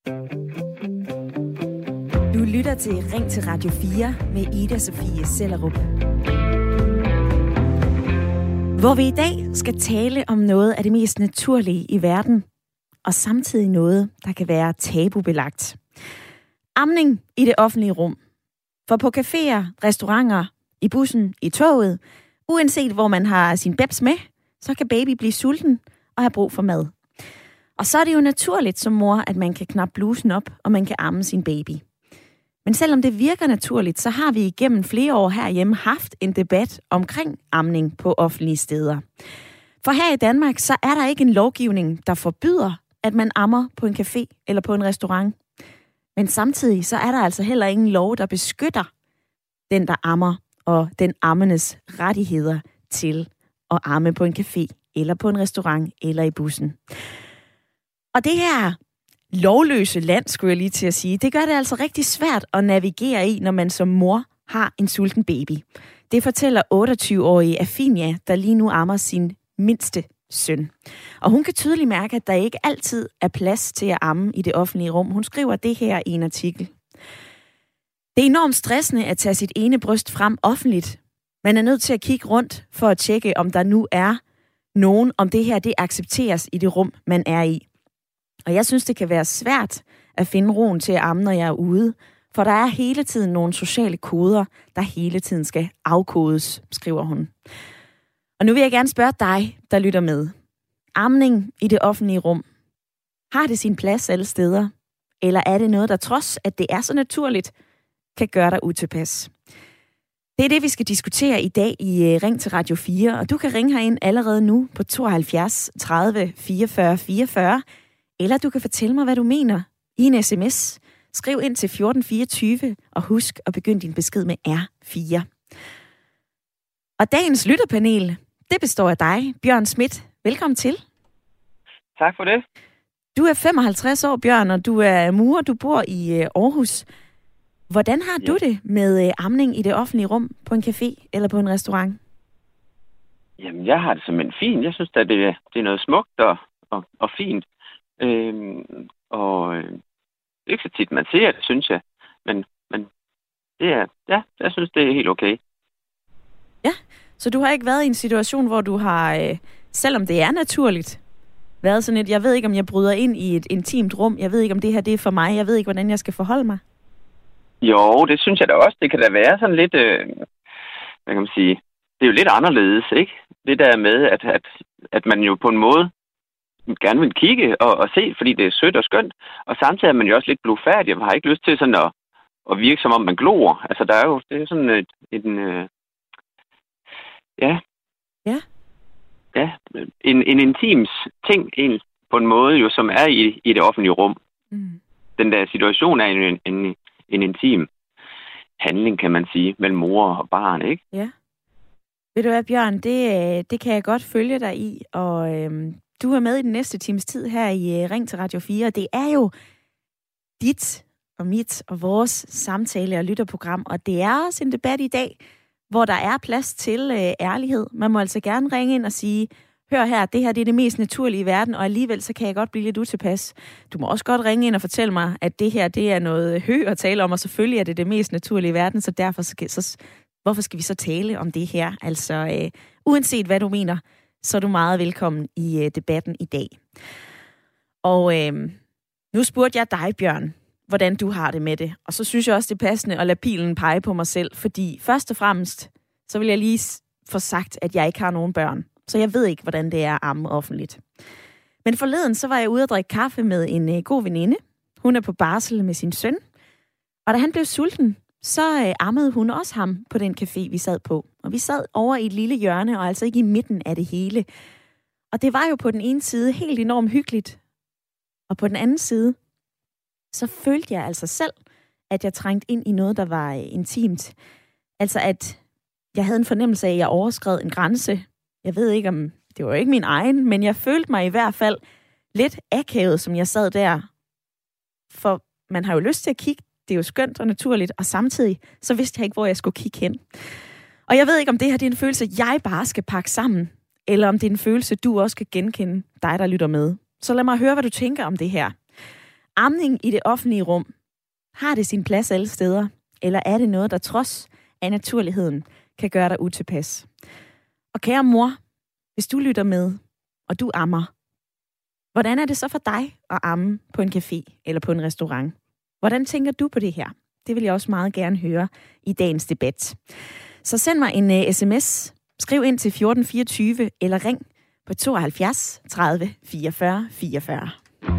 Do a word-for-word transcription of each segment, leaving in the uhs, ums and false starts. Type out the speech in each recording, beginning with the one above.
Du lytter til Ring til Radio fire med Ida Sofie Sellerup. Hvor vi i dag skal tale om noget af det mest naturlige i verden, og samtidig noget, der kan være tabubelagt. Amning i det offentlige rum. For på caféer, restauranter, i bussen, i toget, uanset hvor man har sin babs med, så kan baby blive sulten og have brug for mad. Og så er det jo naturligt som mor, at man kan knappe blusen op, og man kan amme sin baby. Men selvom det virker naturligt, så har vi igennem flere år herhjemme haft en debat omkring amning på offentlige steder. For her i Danmark, så er der ikke en lovgivning, der forbyder, at man ammer på en café eller på en restaurant. Men samtidig så er der altså heller ingen lov, der beskytter den, der ammer, og den ammendes rettigheder til at amme på en café eller på en restaurant eller i bussen. Og det her lovløse land, skulle jeg lige til at sige, det gør det altså rigtig svært at navigere i, når man som mor har en sulten baby. Det fortæller otteogtyve-årige Afinia, der lige nu ammer sin mindste søn. Og hun kan tydeligt mærke, at der ikke altid er plads til at amme i det offentlige rum. Hun skriver det her i en artikel. Det er enormt stressende at tage sit ene bryst frem offentligt. Man er nødt til at kigge rundt for at tjekke, om der nu er nogen, om det her det accepteres i det rum, man er i. Og jeg synes, det kan være svært at finde roen til at amme, når jeg er ude, for der er hele tiden nogle sociale koder, der hele tiden skal afkodes, skriver hun. Og nu vil jeg gerne spørge dig, der lytter med. Amning i det offentlige rum. Har det sin plads alle steder? Eller er det noget, der trods, at det er så naturligt, kan gøre dig utilpas? Det er det, vi skal diskutere i dag i Ring til Radio fire, og du kan ringe herind allerede nu på tooghalvfjerds tredive fireogfyrre fireogfyrre, eller du kan fortælle mig, hvad du mener i en sms. Skriv ind til fjorten fireogtyve, og husk at begynde din besked med R fire. Og dagens lytterpanel, det består af dig, Bjørn Schmidt. Velkommen til. Tak for det. Du er femoghalvtreds år, Bjørn, og du er murer, du bor i Aarhus. Hvordan har ja. du det med amning i det offentlige rum på en café eller på en restaurant? Jamen, jeg har det simpelthen fint. Jeg synes, at det, det er noget smukt og, og, og fint. Øhm, og øh, det er ikke så tit, man ser det, synes jeg. Men, men det er, ja, jeg synes, det er helt okay. Ja, så du har ikke været i en situation, hvor du har, øh, selvom det er naturligt, været sådan et, jeg ved ikke, om jeg bryder ind i et intimt rum, jeg ved ikke, om det her det er for mig, jeg ved ikke, hvordan jeg skal forholde mig? Jo, det synes jeg da også. Det kan da være sådan lidt, øh, hvad kan man sige, det er jo lidt anderledes, ikke? Det der med, at, at, at man jo på en måde gerne vil kigge og, og se, fordi det er sødt og skønt, og samtidig er man jo også lidt blufærdig, og har ikke lyst til sådan at, at virke, som om man glor. Altså, der er jo, det er sådan et, en, øh, ja, ja, ja, en, en intims ting, en, på en måde jo, som er i, i det offentlige rum. Mm. Den der situation er en, en, en intim handling, kan man sige, mellem mor og barn, ikke? Ja. Ved du hvad, Bjørn, det, det kan jeg godt følge dig i, og øhm, du er med i den næste times tid her i uh, Ring til Radio fire. Det er jo dit og mit og vores samtale- og lytterprogram, og det er også en debat i dag, hvor der er plads til uh, ærlighed. Man må altså gerne ringe ind og sige, hør her, det her det er det mest naturlige i verden, og alligevel så kan jeg godt blive lidt utilpas. Du må også godt ringe ind og fortælle mig, at det her det er noget hø at tale om, og selvfølgelig er det det mest naturlige i verden, så derfor skal, så, hvorfor skal vi så tale om det her? Altså, øh, uanset hvad du mener, så er du meget velkommen i øh, debatten i dag. Og øh, nu spurgte jeg dig, Bjørn, hvordan du har det med det. Og så synes jeg også, det er passende at lade pilen pege på mig selv, fordi først og fremmest, så vil jeg lige få sagt, at jeg ikke har nogen børn. Så jeg ved ikke, hvordan det er at amme offentligt. Men forleden, så var jeg ude at drikke kaffe med en øh, god veninde. Hun er på barsel med sin søn. Og da han blev sulten, så øh, ammede hun også ham på den café, vi sad på. Og vi sad over i et lille hjørne, og altså ikke i midten af det hele. Og det var jo på den ene side helt enormt hyggeligt. Og på den anden side, så følte jeg altså selv, at jeg trængte ind i noget, der var øh, intimt. Altså at jeg havde en fornemmelse af, at jeg overskred en grænse. Jeg ved ikke, om det var ikke min egen, men jeg følte mig i hvert fald lidt akavet, som jeg sad der. For man har jo lyst til at kigge. Det er jo skønt og naturligt, og samtidig så vidste jeg ikke, hvor jeg skulle kigge hen. Og jeg ved ikke, om det her det er en følelse, jeg bare skal pakke sammen, eller om det er en følelse, du også skal genkende, dig der lytter med. Så lad mig høre, hvad du tænker om det her. Amning i det offentlige rum, har det sin plads alle steder? Eller er det noget, der trods af naturligheden kan gøre dig utilpas? Og kære mor, hvis du lytter med, og du ammer, hvordan er det så for dig at amme på en café eller på en restaurant? Hvordan tænker du på det her? Det vil jeg også meget gerne høre i dagens debat. Så send mig en uh, sms, skriv ind til fjorten fireogtyve eller ring på tooghalvfjerds tredive fireogfyrre fireogfyrre.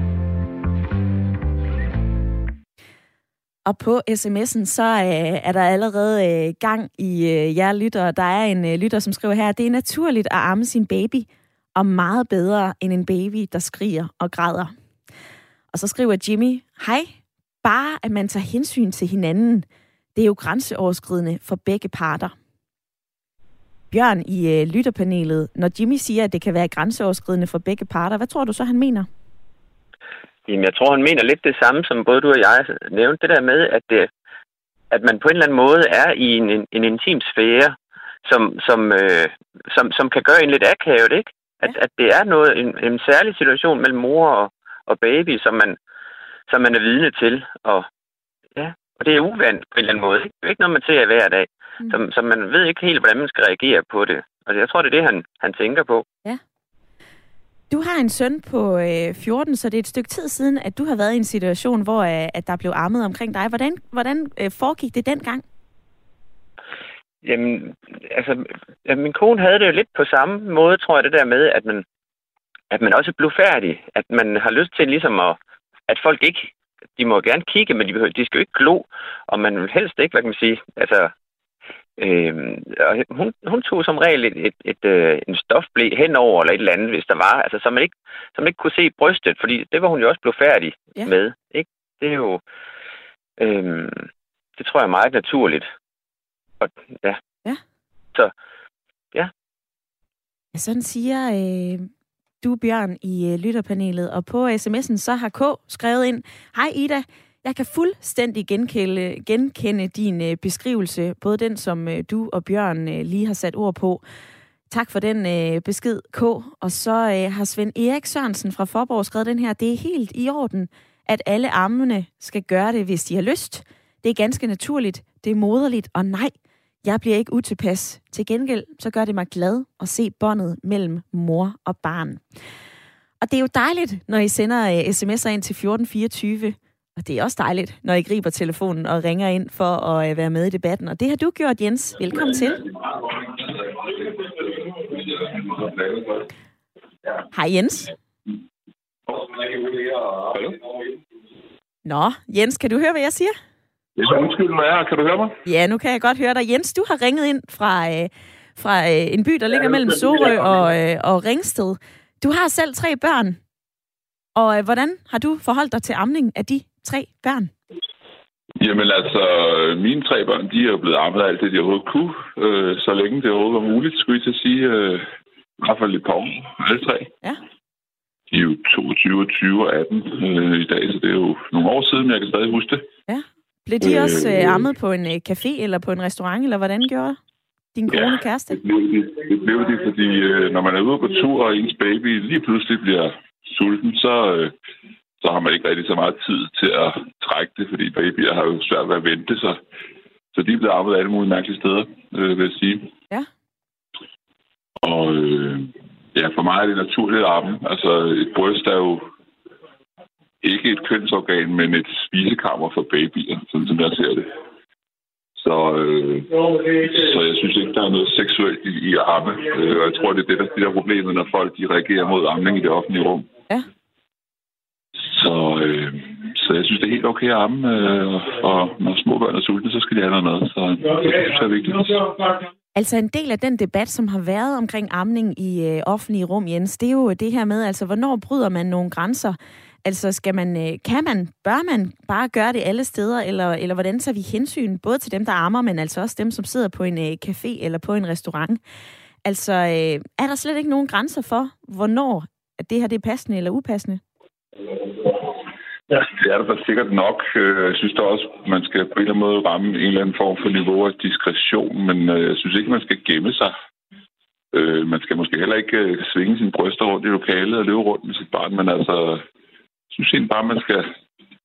Og på sms'en, så øh, er der allerede øh, gang i øh, jer lyttere. Der er en øh, lytter, som skriver her, det er naturligt at amme sin baby, og meget bedre end en baby, der skriger og græder. Og så skriver Jimmy, hej, bare at man tager hensyn til hinanden, det er jo grænseoverskridende for begge parter. Bjørn i øh, lytterpanelet, når Jimmy siger, at det kan være grænseoverskridende for begge parter, hvad tror du så, han mener? Jamen, jeg tror, han mener lidt det samme, som både du og jeg nævnte. Det der med, at, det, at man på en eller anden måde er i en, en, en intim sfære, som, som, øh, som, som kan gøre en lidt akavet, ikke? At, ja. at det er noget, en, en særlig situation mellem mor og, og baby, som man, som man er vidne til. Og, ja, og det er uvandt på en eller anden måde. Ikke? Det er ikke noget, man ser hver dag. Mm. Så, så man ved ikke helt, hvordan man skal reagere på det. Og jeg tror, det er det, han, han tænker på. Ja. Du har en søn på øh, fjorten, så det er et stykke tid siden, at du har været i en situation, hvor øh, at der blev ammet omkring dig. Hvordan, hvordan øh, foregik det dengang? Jamen, altså, ja, min kone havde det jo lidt på samme måde, tror jeg, det der med, at man, at man også blev færdig. At man har lyst til ligesom at, at folk ikke, de må gerne kigge, men de, behøver, de skal jo ikke glo, og man vil helst ikke, hvad kan man sige, altså, Øhm, og hun, hun tog som regel et, et, et, et, en stofble henover eller et eller andet, hvis der var, altså så man ikke, så man ikke kunne se brystet, fordi det var hun jo også blevet færdig ja. med, ikke? Det er jo, øhm, det tror jeg er meget naturligt. Og, ja. ja. Så, ja. ja sådan siger øh, du, Bjørn, i øh, lytterpanelet, og på sms'en så har K skrevet ind, hej Ida, jeg kan fuldstændig genkende, genkende din øh, beskrivelse, både den, som øh, du og Bjørn øh, lige har sat ord på. Tak for den øh, besked, K. Og så øh, har Svend Erik Sørensen fra Forborg skrevet den her. Det er helt i orden, at alle ammene skal gøre det, hvis de har lyst. Det er ganske naturligt, det er moderligt, og nej, jeg bliver ikke utilpas. Til gengæld, så gør det mig glad at se båndet mellem mor og barn. Og det er jo dejligt, når I sender øh, sms'er ind til fjorten fireogtyve. Og det er også dejligt, når I griber telefonen og ringer ind for at være med i debatten. Og det har du gjort, Jens. Velkommen til. Hej, Jens. Hallo? Nå, Jens, kan du høre, hvad jeg siger? Ja, undskyld mig her. Kan du høre mig? Ja, nu kan jeg godt høre dig. Jens, du har ringet ind fra, øh, fra øh, en by, der ligger mellem Sorø og, øh, og Ringsted. Du har selv tre børn. Og øh, hvordan har du forholdt dig til amning af de tre børn? Jamen altså, mine tre børn, de er jo blevet ammet af alt det, de overhovedet kunne. Øh, så længe det overhovedet var muligt, skulle jeg til at sige. Øh, I hvert fald et par år, alle tre. Ja. De er jo toogtyve, tyve og atten øh, i dag, så det er jo nogle år siden, men jeg kan stadig huske det. Ja. Blev de øh, også øh, ammet på en øh, café eller på en restaurant, eller hvordan gjorde din kone ja, kæreste? det blev de, det blev de fordi øh, når man er ude på tur, og ens baby lige pludselig bliver sulten, så... Øh, så har man ikke rigtig så meget tid til at trække det, fordi babyer har jo svært ved at vente, så, så de er blevet ammet alle mulige mærkelige steder, øh, vil jeg sige. Ja. Og øh, ja, for mig er det naturligt at amme. Altså, et bryst er jo ikke et kønsorgan, men et spisekammer for babyer, sådan som jeg ser det. Så, øh, så jeg synes ikke, der er noget seksuelt i, i at amme. Øh, og jeg tror, det er det, der er problemet, når folk de reagerer mod amning i det offentlige rum. Ja. Så, øh, så jeg synes, det er helt okay at amme, øh, og når små børn er sultne, så skal de have noget mad. Så det synes jeg er vigtigt. Altså en del af den debat, som har været omkring amning i øh, offentlige rum, Jens, det er jo det her med, altså hvornår bryder man nogle grænser? Altså skal man, øh, kan man, bør man bare gøre det alle steder, eller, eller hvordan tager vi hensyn både til dem, der ammer, men altså også dem, som sidder på en øh, café eller på en restaurant? Altså øh, er der slet ikke nogen grænser for, hvornår at det her det er passende eller upassende? Ja, det er der da sikkert nok. Jeg synes da også, man skal på en eller anden måde ramme en eller anden form for niveau af diskretion, men jeg synes ikke, man skal gemme sig. Man skal måske heller ikke svinge sine bryster rundt i lokalet og løbe rundt med sit barn, men altså, jeg synes egentlig bare, man skal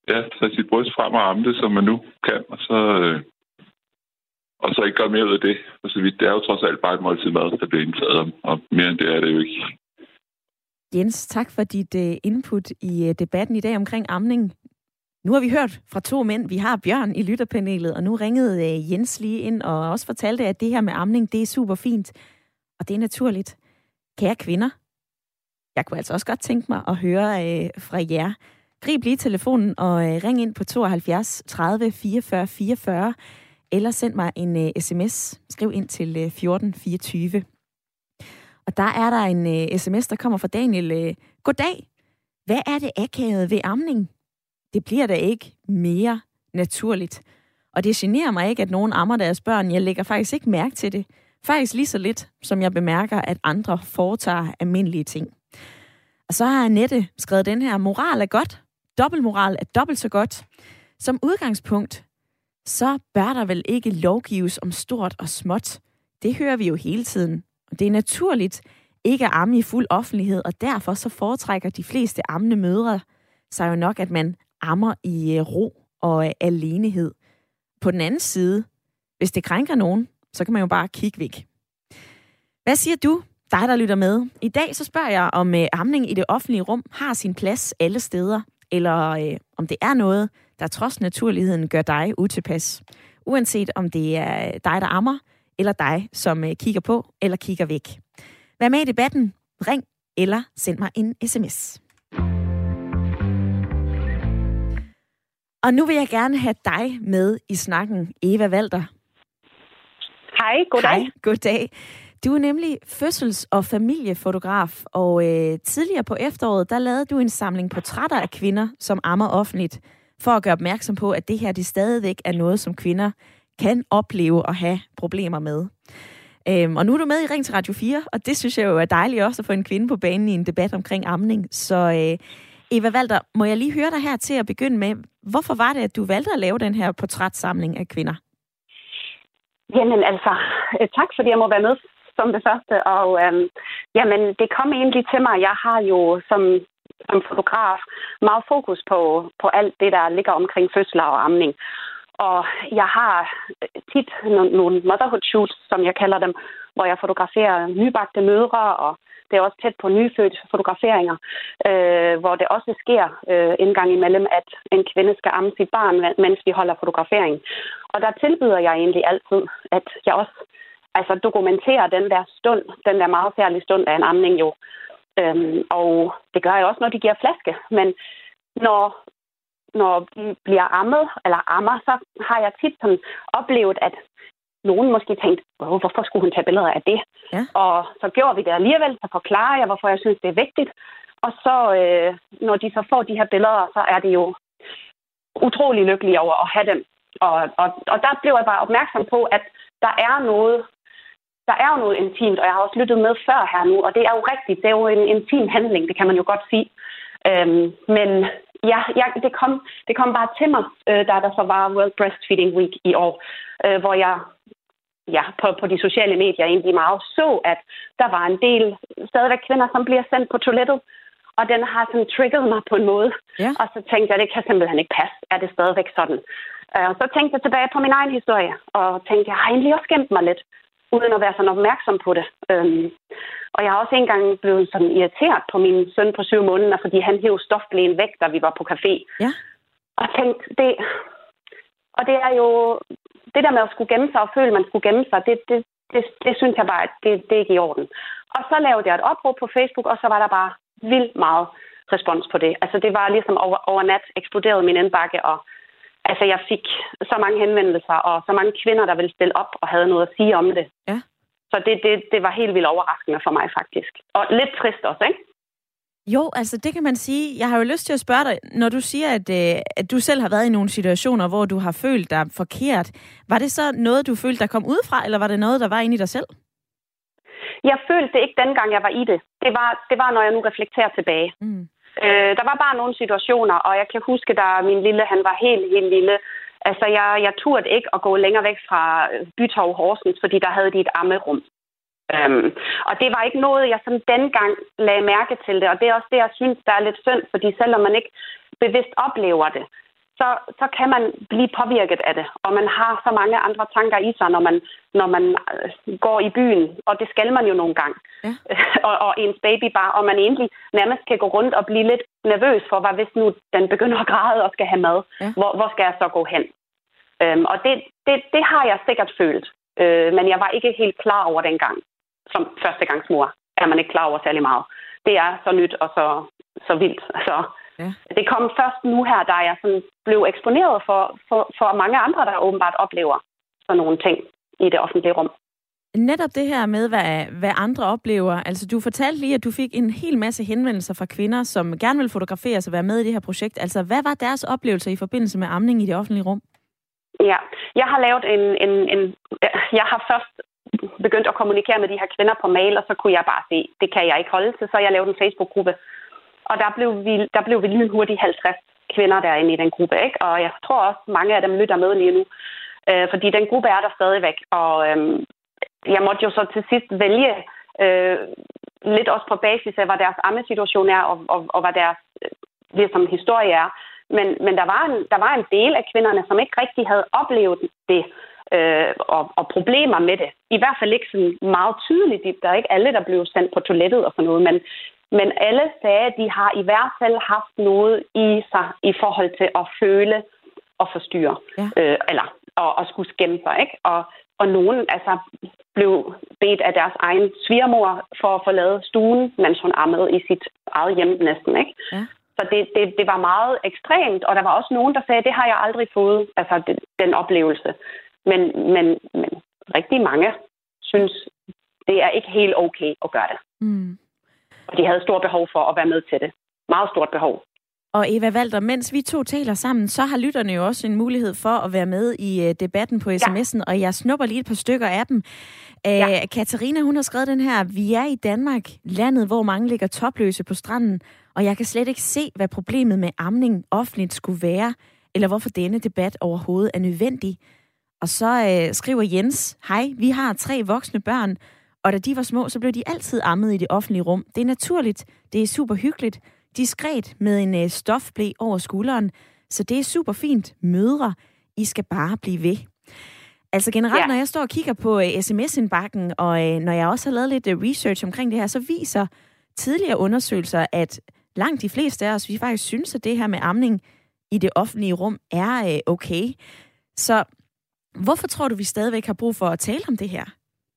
ja, tage sit bryst frem og amme det, som man nu kan, og så, øh, og så ikke gøre mere ud af det. Og så vidt, det er jo trods alt bare et måltid mad, der bliver indtaget, og mere end det er det jo ikke. Jens, tak for dit uh, input i uh, debatten i dag omkring amning. Nu har vi hørt fra to mænd. Vi har Bjørn i lytterpanelet, og nu ringede uh, Jens lige ind og også fortalte, at det her med amning, det er super fint, og det er naturligt. Kære kvinder, jeg kunne altså også godt tænke mig at høre uh, fra jer. Grib lige telefonen og uh, ring ind på tooghalvfjerds tredive fireogfyrre fireogfyrre, eller send mig en uh, sms. Skriv ind til uh, fjorten fireogtyve. Og der er der en uh, sms, der kommer fra Daniel. Uh, Goddag. Hvad er det akavet ved amning? Det bliver da ikke mere naturligt. Og det generer mig ikke, at nogen ammer deres børn. Jeg lægger faktisk ikke mærke til det. Faktisk lige så lidt, som jeg bemærker, at andre foretager almindelige ting. Og så har Annette skrevet den her: moral er godt. Dobbeltmoral er dobbelt så godt. Som udgangspunkt, så bør der vel ikke lovgives om stort og småt. Det hører vi jo hele tiden. Og det er naturligt ikke at amme i fuld offentlighed, og derfor så foretrækker de fleste ammende mødre sig jo nok, at man ammer i ro og alenehed. På den anden side, hvis det krænker nogen, så kan man jo bare kigge væk. Hvad siger du, dig der lytter med? I dag så spørger jeg, om øh, amning i det offentlige rum har sin plads alle steder, eller øh, om det er noget, der trods naturligheden gør dig utilpas. Uanset om det er dig, der ammer, eller dig, som øh, kigger på eller kigger væk. Vær med i debatten. Ring eller send mig en sms. Og nu vil jeg gerne have dig med i snakken, Eva Walter. Hej, goddag. Hej, goddag. Du er nemlig fødsels- og familiefotograf, og øh, tidligere på efteråret, der lavede du en samling portrætter af kvinder, som ammer offentligt, for at gøre opmærksom på, at det her det stadigvæk er noget, som kvinder kan opleve og have problemer med. Øhm, og nu er du med i Ring til Radio fire, og det synes jeg jo er dejligt også at få en kvinde på banen i en debat omkring amning. Så øh, Eva Walter, må jeg lige høre dig her til at begynde med, hvorfor var det, at du valgte at lave den her portrætsamling af kvinder? Jamen altså, tak fordi jeg må være med som det første. Og øhm, jamen, det kom egentlig til mig. Jeg har jo som, som fotograf meget fokus på, på alt det, der ligger omkring fødsler og amning. Og jeg har tit nogle motherhood shoots, som jeg kalder dem, hvor jeg fotograferer nybagte mødre, og det er også tæt på nyfødte fotograferinger, øh, hvor det også sker øh, en gang imellem, at en kvinde skal amme sit barn, mens vi holder fotografering. Og der tilbyder jeg egentlig altid, at jeg også altså, dokumenterer den der stund, den der meget særlige stund af en amning jo. Øhm, og det gør jeg også, når de giver flaske. Men når, når de bliver ammet, eller ammer, så har jeg tit sådan oplevet, at nogen måske tænkte, hvorfor skulle hun tage billeder af det? Ja. Og så gjorde vi det alligevel, så forklarer jeg, hvorfor jeg synes, det er vigtigt. Og så, øh, når de så får de her billeder, så er det jo utrolig lykkelige over at have dem. Og, og, og der blev jeg bare opmærksom på, at der er noget, der er jo noget intimt, og jeg har også lyttet med før her nu, og det er jo rigtigt, det er jo en intim handling, det kan man jo godt sige. Øhm, men ja, ja det, kom, det kom bare til mig, øh, da der så var World Breastfeeding Week i år, øh, hvor jeg ja, på, på de sociale medier egentlig meget så, at der var en del stadigvæk kvinder, som bliver sendt på toilettet, og den har sådan trigget mig på en måde. Ja. Og så tænkte jeg, det kan simpelthen ikke passe. Er det stadigvæk sådan? Og så tænkte jeg tilbage på min egen historie, og tænkte, jeg har egentlig også gemt mig lidt, uden at være sådan opmærksom på det. Øhm, og jeg har også engang blevet sådan irriteret på min søn på syv måneder, fordi han hæv stofblæen væk, da vi var på café. Ja. Og tænkte, det... Og det er jo... Det der med at skulle gemme sig og føle, at man skulle gemme sig, det, det, det, det synes jeg bare, at det, det er ikke i orden. Og så lavede jeg et opråb på Facebook, og så var der bare vildt meget respons på det. Altså det var ligesom over, over nat eksploderet min indbakke, og altså jeg fik så mange henvendelser, og så mange kvinder, der ville stille op og havde noget at sige om det. Ja. Så det, det, det var helt vildt overraskende for mig faktisk. Og lidt trist også, ikke? Jo, altså det kan man sige. Jeg har jo lyst til at spørge dig, når du siger, at, øh, at du selv har været i nogle situationer, hvor du har følt dig forkert. Var det så noget, du følte, der kom udefra, eller var det noget, der var inde i dig selv? Jeg følte det ikke dengang, jeg var i det. Det var, det var når jeg nu reflekterer tilbage. Mm. Øh, der var bare nogle situationer, og jeg kan huske, da min lille, han var helt, helt lille. Altså, jeg, jeg turde ikke at gå længere væk fra Bytorv Horsens, fordi der havde de et ammerum. Øhm, og det var ikke noget, jeg sådan dengang lagde mærke til det, og det er også det, jeg synes, der er lidt synd, fordi selvom man ikke bevidst oplever det, så, så kan man blive påvirket af det. Og man har så mange andre tanker i sig, når man, når man går i byen. Og det skal man jo nogle gange. Ja. og, og ens baby bare. Og man egentlig nærmest kan gå rundt og blive lidt nervøs for, hvad hvis nu den begynder at græde og skal have mad. Ja. Hvor, hvor skal jeg så gå hen? Øhm, og det, det, det har jeg sikkert følt. Øh, men jeg var ikke helt klar over dengang. Som førstegangsmor er man ikke klar over særlig meget. Det er så nyt og så, så vildt. Så ja. Det kom først nu her, da jeg sådan blev eksponeret for, for, for mange andre, der åbenbart oplever sådan nogle ting i det offentlige rum. Netop det her med, hvad, hvad andre oplever. Altså, du fortalte lige, at du fik en hel masse henvendelser fra kvinder, som gerne vil fotograferes og være med i det her projekt. Altså, hvad var deres oplevelser i forbindelse med amning i det offentlige rum? Ja, jeg har lavet en... en, en jeg har først begyndt at kommunikere med de her kvinder på mail, og så kunne jeg bare se, det kan jeg ikke holde til, så jeg lavede en Facebook-gruppe. Og der blev vi, der blev vi lynhurtigt halvtreds kvinder derinde i den gruppe, ikke? Og jeg tror også, mange af dem lytter med lige nu, øh, fordi den gruppe er der stadigvæk. Og øh, jeg måtte jo så til sidst vælge øh, lidt også på basis af, hvad deres ammesituation er, og, og, og hvad deres øh, ligesom, historie er. Men, men der, var en, der var en del af kvinderne, som ikke rigtig havde oplevet det, øh, og, og problemer med det. I hvert fald ikke sådan meget tydeligt. Der er ikke alle, der blev sendt på toilettet og sådan noget, men Men alle sagde, at de har i hvert fald haft noget i sig i forhold til at føle og forstyrre. Ja. Øh, eller og, og skulle skæmme sig, ikke? Og, og nogen altså, blev bedt af deres egen svigermor for at forlade stuen, mens hun ammede i sit eget hjem næsten, ikke? Ja. Så det, det, det var meget ekstremt, og der var også nogen, der sagde, at det har jeg aldrig fået, altså det, den oplevelse. Men, men, men rigtig mange synes, det er ikke helt okay at gøre det. Mm. Og de havde stort behov for at være med til det. Meget stort behov. Og Eva Walter, mens vi to taler sammen, så har lytterne jo også en mulighed for at være med i debatten på sms'en, ja. Og jeg snupper lige et par stykker af dem. Ja. Æ, Katarina, hun har skrevet den her: vi er i Danmark, landet, hvor mange ligger topløse på stranden, og jeg kan slet ikke se, hvad problemet med amning offentligt skulle være, eller hvorfor denne debat overhovedet er nødvendig. Og så øh, skriver Jens: hej, vi har tre voksne børn, og da de var små, så blev de altid ammet i det offentlige rum. Det er naturligt, det er super hyggeligt, diskret med en øh, stofble over skulderen, så det er super fint. Mødre, I skal bare blive ved. Altså generelt, ja. Når jeg står og kigger på øh, sms-indbakken, og øh, når jeg også har lavet lidt øh, research omkring det her, så viser tidligere undersøgelser, at langt de fleste af os, vi faktisk synes, at det her med amning i det offentlige rum er øh, okay. Så hvorfor tror du, vi stadigvæk har brug for at tale om det her?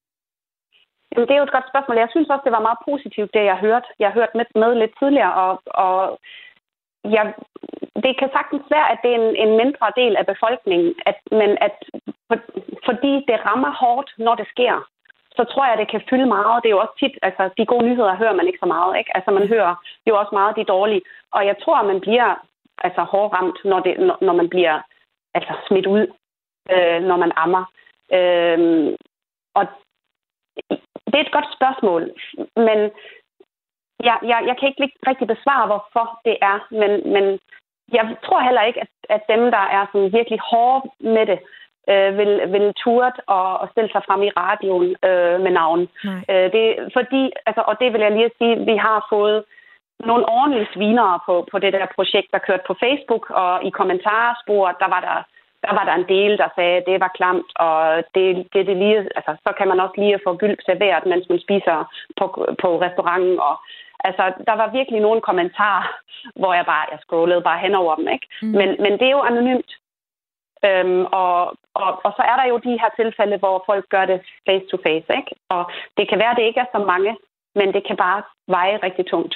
Det er jo et godt spørgsmål. Jeg synes også, det var meget positivt, det jeg hørte. Jeg hørte med, med lidt tidligere, og, og jeg, det kan sagtens være, at det er en, en mindre del af befolkningen, at, men at for, fordi det rammer hårdt, når det sker, så tror jeg, det kan fylde meget. Det er jo også tit, altså de gode nyheder hører man ikke så meget, ikke? Altså man hører jo også meget de dårlige, og jeg tror, at man bliver altså hårdt ramt, når, det, når, når man bliver altså smidt ud, øh, når man ammer. Øh, og det er et godt spørgsmål, men jeg, jeg, jeg kan ikke rigtig besvare, hvorfor det er. Men, men jeg tror heller ikke, at, at dem, der er sådan virkelig hårde med det, øh, vil, vil turde og, og stille sig frem i radioen øh, med navn. Øh, det, fordi, altså, og det vil jeg lige sige, vi har fået nogle ordentlige svinere på, på det der projekt, der kørte på Facebook, og i kommentarspor, der var der Der var der en del, der sagde, at det var klamt, og det, det, det lige, altså, så kan man også lige få gyld serveret, mens man spiser på, på restauranten. Og, altså, der var virkelig nogle kommentarer, hvor jeg bare jeg scrollede bare hen over dem. Ikke? Mm. Men, men det er jo anonymt. Øhm, og, og, og så er der jo de her tilfælde, hvor folk gør det face to face. Ikke? Og det kan være, at det ikke er så mange, men det kan bare veje rigtig tungt.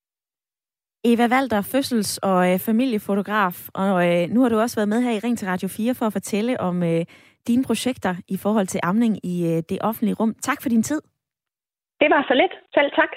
Eva Walter, fødsels- og øh, familiefotograf, og øh, nu har du også været med her i Ring til Radio fire for at fortælle om øh, dine projekter i forhold til amning i øh, det offentlige rum. Tak for din tid. Det var så lidt. Selv tak.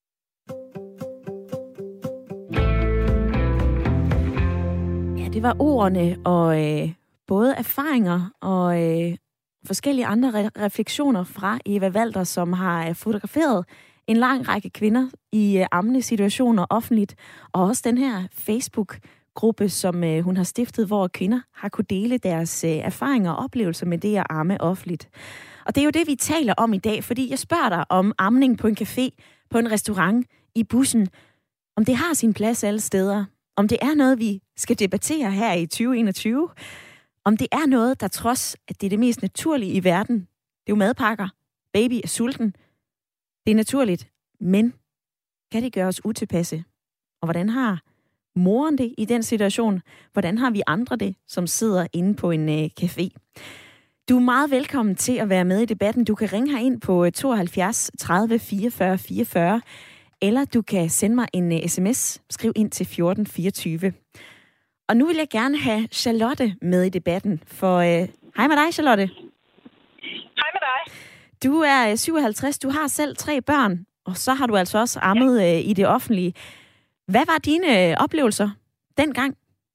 Ja, det var ordene og øh, både erfaringer og øh, forskellige andre re- refleksioner fra Eva Walter, som har øh, fotograferet en lang række kvinder i øh, ammende situationer offentligt, og også den her Facebook-gruppe, som øh, hun har stiftet, hvor kvinder har kunne dele deres øh, erfaringer og oplevelser med det at amme offentligt. Og det er jo det, vi taler om i dag, fordi jeg spørger dig om amning på en café, på en restaurant, i bussen, om det har sin plads alle steder, Om det er noget, vi skal debattere her i tyve enogtyve. Om det er noget, der trods, at det er det mest naturlige i verden. Det er jo madpakker. Baby er sulten. Det er naturligt. Men kan det gøre os utilpasse? Og hvordan har moren det i den situation? Hvordan har vi andre det, som sidder inde på en øh, café? Du er meget velkommen til at være med i debatten. Du kan ringe herind på tooghalvfjerds tredive fireogfyrre fireogfyrre, eller du kan sende mig en uh, sms. Skriv ind til fjorten fireogtyve. Og nu vil jeg gerne have Charlotte med i debatten, for uh, hej med dig, Charlotte. Hej med dig. Du er uh, syvoghalvtreds, du har selv tre børn, og så har du altså også ammet uh, i det offentlige. Hvad var dine uh, oplevelser dengang?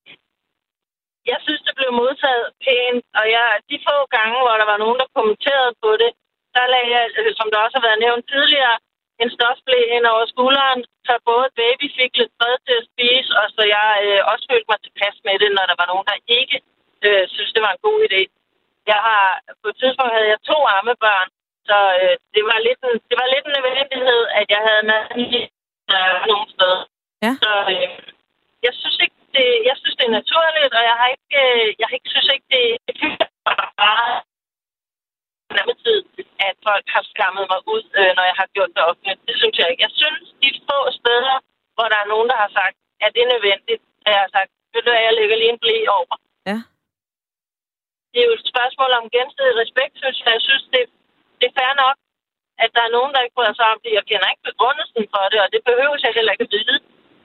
Jeg synes, det blev modtaget pænt, og jeg, de få gange, hvor der var nogen, der kommenterede på det, der lagde jeg, som der også har været nævnt tidligere, en stofblæ ind over skulderen, så både baby fik lidt fred til at spise, og så jeg øh, også følte mig tilpas med det, når der var nogen, der ikke øh, synes, det var en god idé. Jeg har, på et tidspunkt havde jeg to ammebørn, så øh, det, var lidt en, det var lidt en nødvendighed, at jeg havde mad øh, nogle steder. Ja. Så øh, jeg synes ikke, det, jeg synes, det er naturligt, og jeg har ikke, øh, jeg ikke synes ikke, det er bare tid, at folk har skammet mig ud, øh, når jeg har gjort det offentligt. Det synes jeg ikke. Jeg synes, de få steder, hvor der er nogen, der har sagt, at det er nødvendigt, at jeg har sagt, ved du hvad, jeg lægger lige en blæ over. Ja. Det er jo et spørgsmål om gensidig respekt, synes jeg. Jeg synes, det, det er fair nok, at der er nogen, der ikke bryder sig om det. Jeg kender ikke begrundelsen for det, og det behøver jeg heller ikke at vide.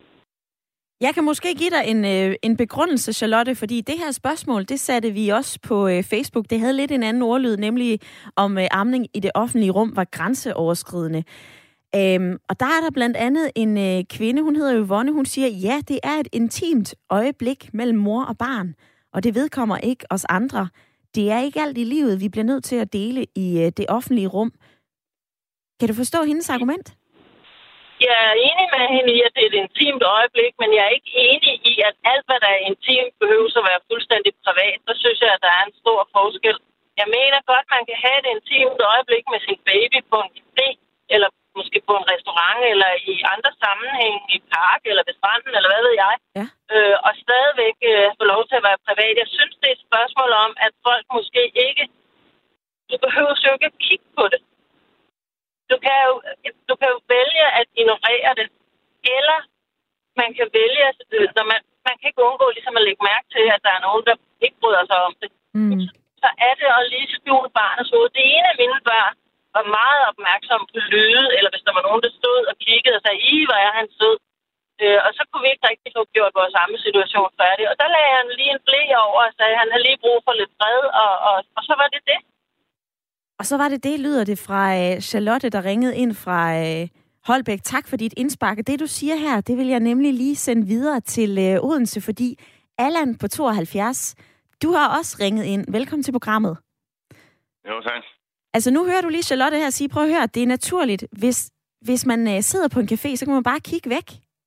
Jeg kan måske give dig en, øh, en begrundelse, Charlotte, fordi det her spørgsmål, det satte vi også på øh, Facebook. Det havde lidt en anden ordlyd, nemlig om øh, amning i det offentlige rum var grænseoverskridende. Øhm, og der er der blandt andet en øh, kvinde, hun hedder Yvonne, hun siger, ja, det er et intimt øjeblik mellem mor og barn, og det vedkommer ikke os andre. Det er ikke alt i livet, vi bliver nødt til at dele i øh, det offentlige rum. Kan du forstå hendes argument? Jeg er enig med hende i, at det er et intimt øjeblik, men jeg er ikke enig i, at alt, hvad der er intimt, behøver at være fuldstændig privat. Så synes jeg, at der er en stor forskel. Jeg mener godt, man kan have et intimt øjeblik med sin baby på en café, eller måske på en restaurant, eller i andre sammenhæng, i park, eller ved stranden, eller hvad ved jeg. Ja. Øh, og stadigvæk øh, få lov til at være privat. Jeg synes, det er et spørgsmål om, at folk måske ikke... Du behøver jo ikke at kigge på det. Du kan, jo, du kan jo vælge at ignorere det, eller man kan vælge, når man, man kan ikke undgå ligesom at lægge mærke til, at der er nogen, der ikke bryder sig om det. Mm. Så er det at lige skjule barnets hoved. Det ene af mine børn var meget opmærksom på lyde, eller hvis der var nogen, der stod og kiggede og sagde, i, hvor er han sød. Øh, og så kunne vi ikke rigtig få gjort vores samme situation færdig. Og der lagde han lige en blæ over og sagde, at han havde lige brug for lidt fred, og, og, og så var det det. Og så var det det, lyder det fra uh, Charlotte, der ringede ind fra uh, Holbæk. Tak for dit indspark. Det, du siger her, det vil jeg nemlig lige sende videre til uh, Odense, fordi Allan på tooghalvfjerds, du har også ringet ind. Velkommen til programmet. Jo, tak. Altså, nu hører du lige Charlotte her sige, prøv at høre, det er naturligt. Hvis, hvis man uh, sidder på en café, så kan man bare kigge væk.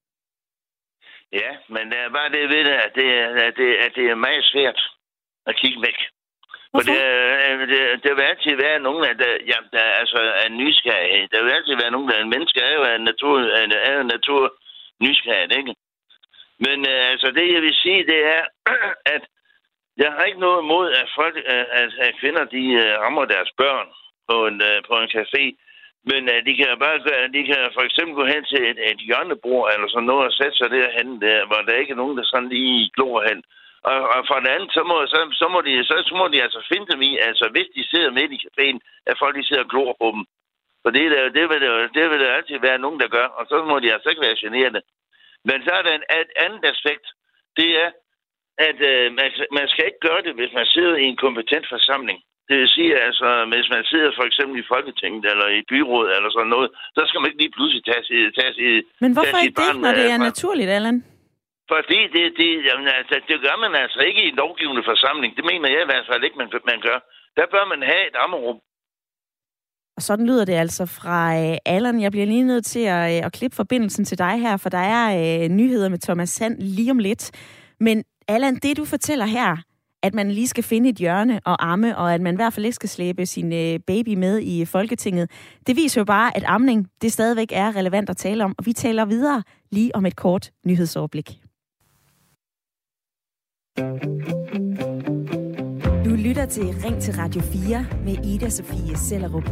Ja, men det er bare det ved det, at det, at det, at det er meget svært at kigge væk. For det, det, det vil altid være nogen, der, ja, der altså, er nysgerrige. Der vil altid være nogen, der er en menneske, er jo af natur, er jo natur nysgerrige, ikke? Men altså, det jeg vil sige, det er, at jeg har ikke noget imod, at folk, at, at kvinder, de rammer deres børn på en, på en café. Men de kan bare gøre, de kan for eksempel gå hen til et, et hjørnebord eller sådan noget og sætte sig derhen, der, hvor der ikke er nogen, der sådan lige glor hen. Og, og for det andet, så må, så, så, må de, så, så må de altså finde dem i, altså hvis de sidder midt i caféen, at folk de sidder og glor på dem. For det, det, det, vil det, det vil der altid være nogen, der gør, og så må de altså ikke være generende. Men så er der en, et andet aspekt, det er, at øh, man, man skal ikke gøre det, hvis man sidder i en kompetent forsamling. Det vil sige, altså, hvis man sidder for eksempel i Folketinget eller i byrådet eller sådan noget, så skal man ikke lige pludselig tage sig i... Men hvorfor ikke det, når det er naturligt, Allan? Fordi det, det, jamen, altså, det gør man altså ikke i en lovgivende forsamling. Det mener jeg i hvert fald ikke, man, man gør. Der bør man have et ammerum. Og sådan lyder det altså fra øh, Allan. Jeg bliver lige nødt til at, øh, at klippe forbindelsen til dig her, for der er øh, nyheder med Thomas Sand lige om lidt. Men Allan, det du fortæller her, at man lige skal finde et hjørne og amme, og at man i hvert fald ikke skal slæbe sin øh, baby med i Folketinget, det viser jo bare, at amning, det stadigvæk er relevant at tale om. Og vi taler videre lige om et kort nyhedsoverblik. lytter til Ring til Radio fire med Ida Sofie Sellerup.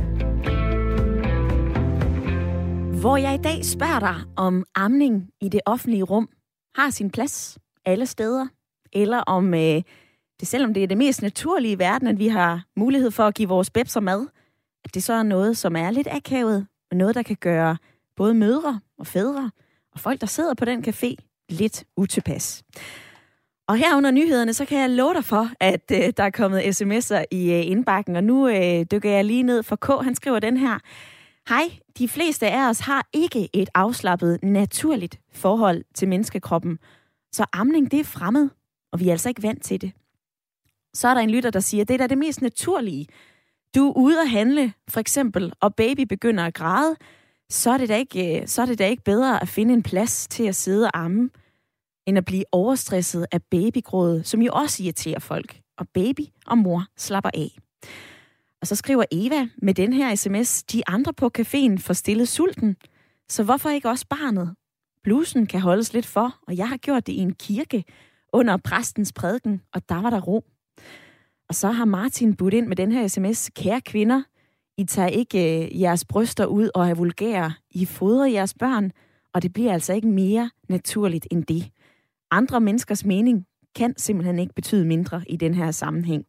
Hvor jeg i dag spørger dig, om amning i det offentlige rum har sin plads alle steder, eller om øh, det, selvom det er det mest naturlige i verden, at vi har mulighed for at give vores bebser mad, at det så er noget, som er lidt akavet, og noget, der kan gøre både mødre og fædre og folk, der sidder på den café, lidt utilpas. Og her under nyhederne, så kan jeg love dig for, at øh, der er kommet sms'er i øh, indbakken, og nu øh, dykker jeg lige ned for K. Han skriver den her: Hej, de fleste af os har ikke et afslappet, naturligt forhold til menneskekroppen, så amning, det er fremmed, og vi er altså ikke vant til det. Så er der en lytter, der siger, det er da det mest naturlige. Du er ude at handle, for eksempel, og baby begynder at græde, så er det da ikke, så er det da ikke bedre at finde en plads til at sidde og amme, end at blive overstresset af babygråd, som jo også irriterer folk. Og baby og mor slapper af. Og så skriver Eva med den her sms, de andre på caféen får stillet sulten, så hvorfor ikke også barnet? Blusen kan holdes lidt for, og jeg har gjort det i en kirke under præstens prædiken, og der var der ro. Og så har Martin budt ind med den her sms, kære kvinder, I tager ikke øh, jeres bryster ud og er vulgære. I fodrer jeres børn, og det bliver altså ikke mere naturligt end det. Andre menneskers mening kan simpelthen ikke betyde mindre i den her sammenhæng.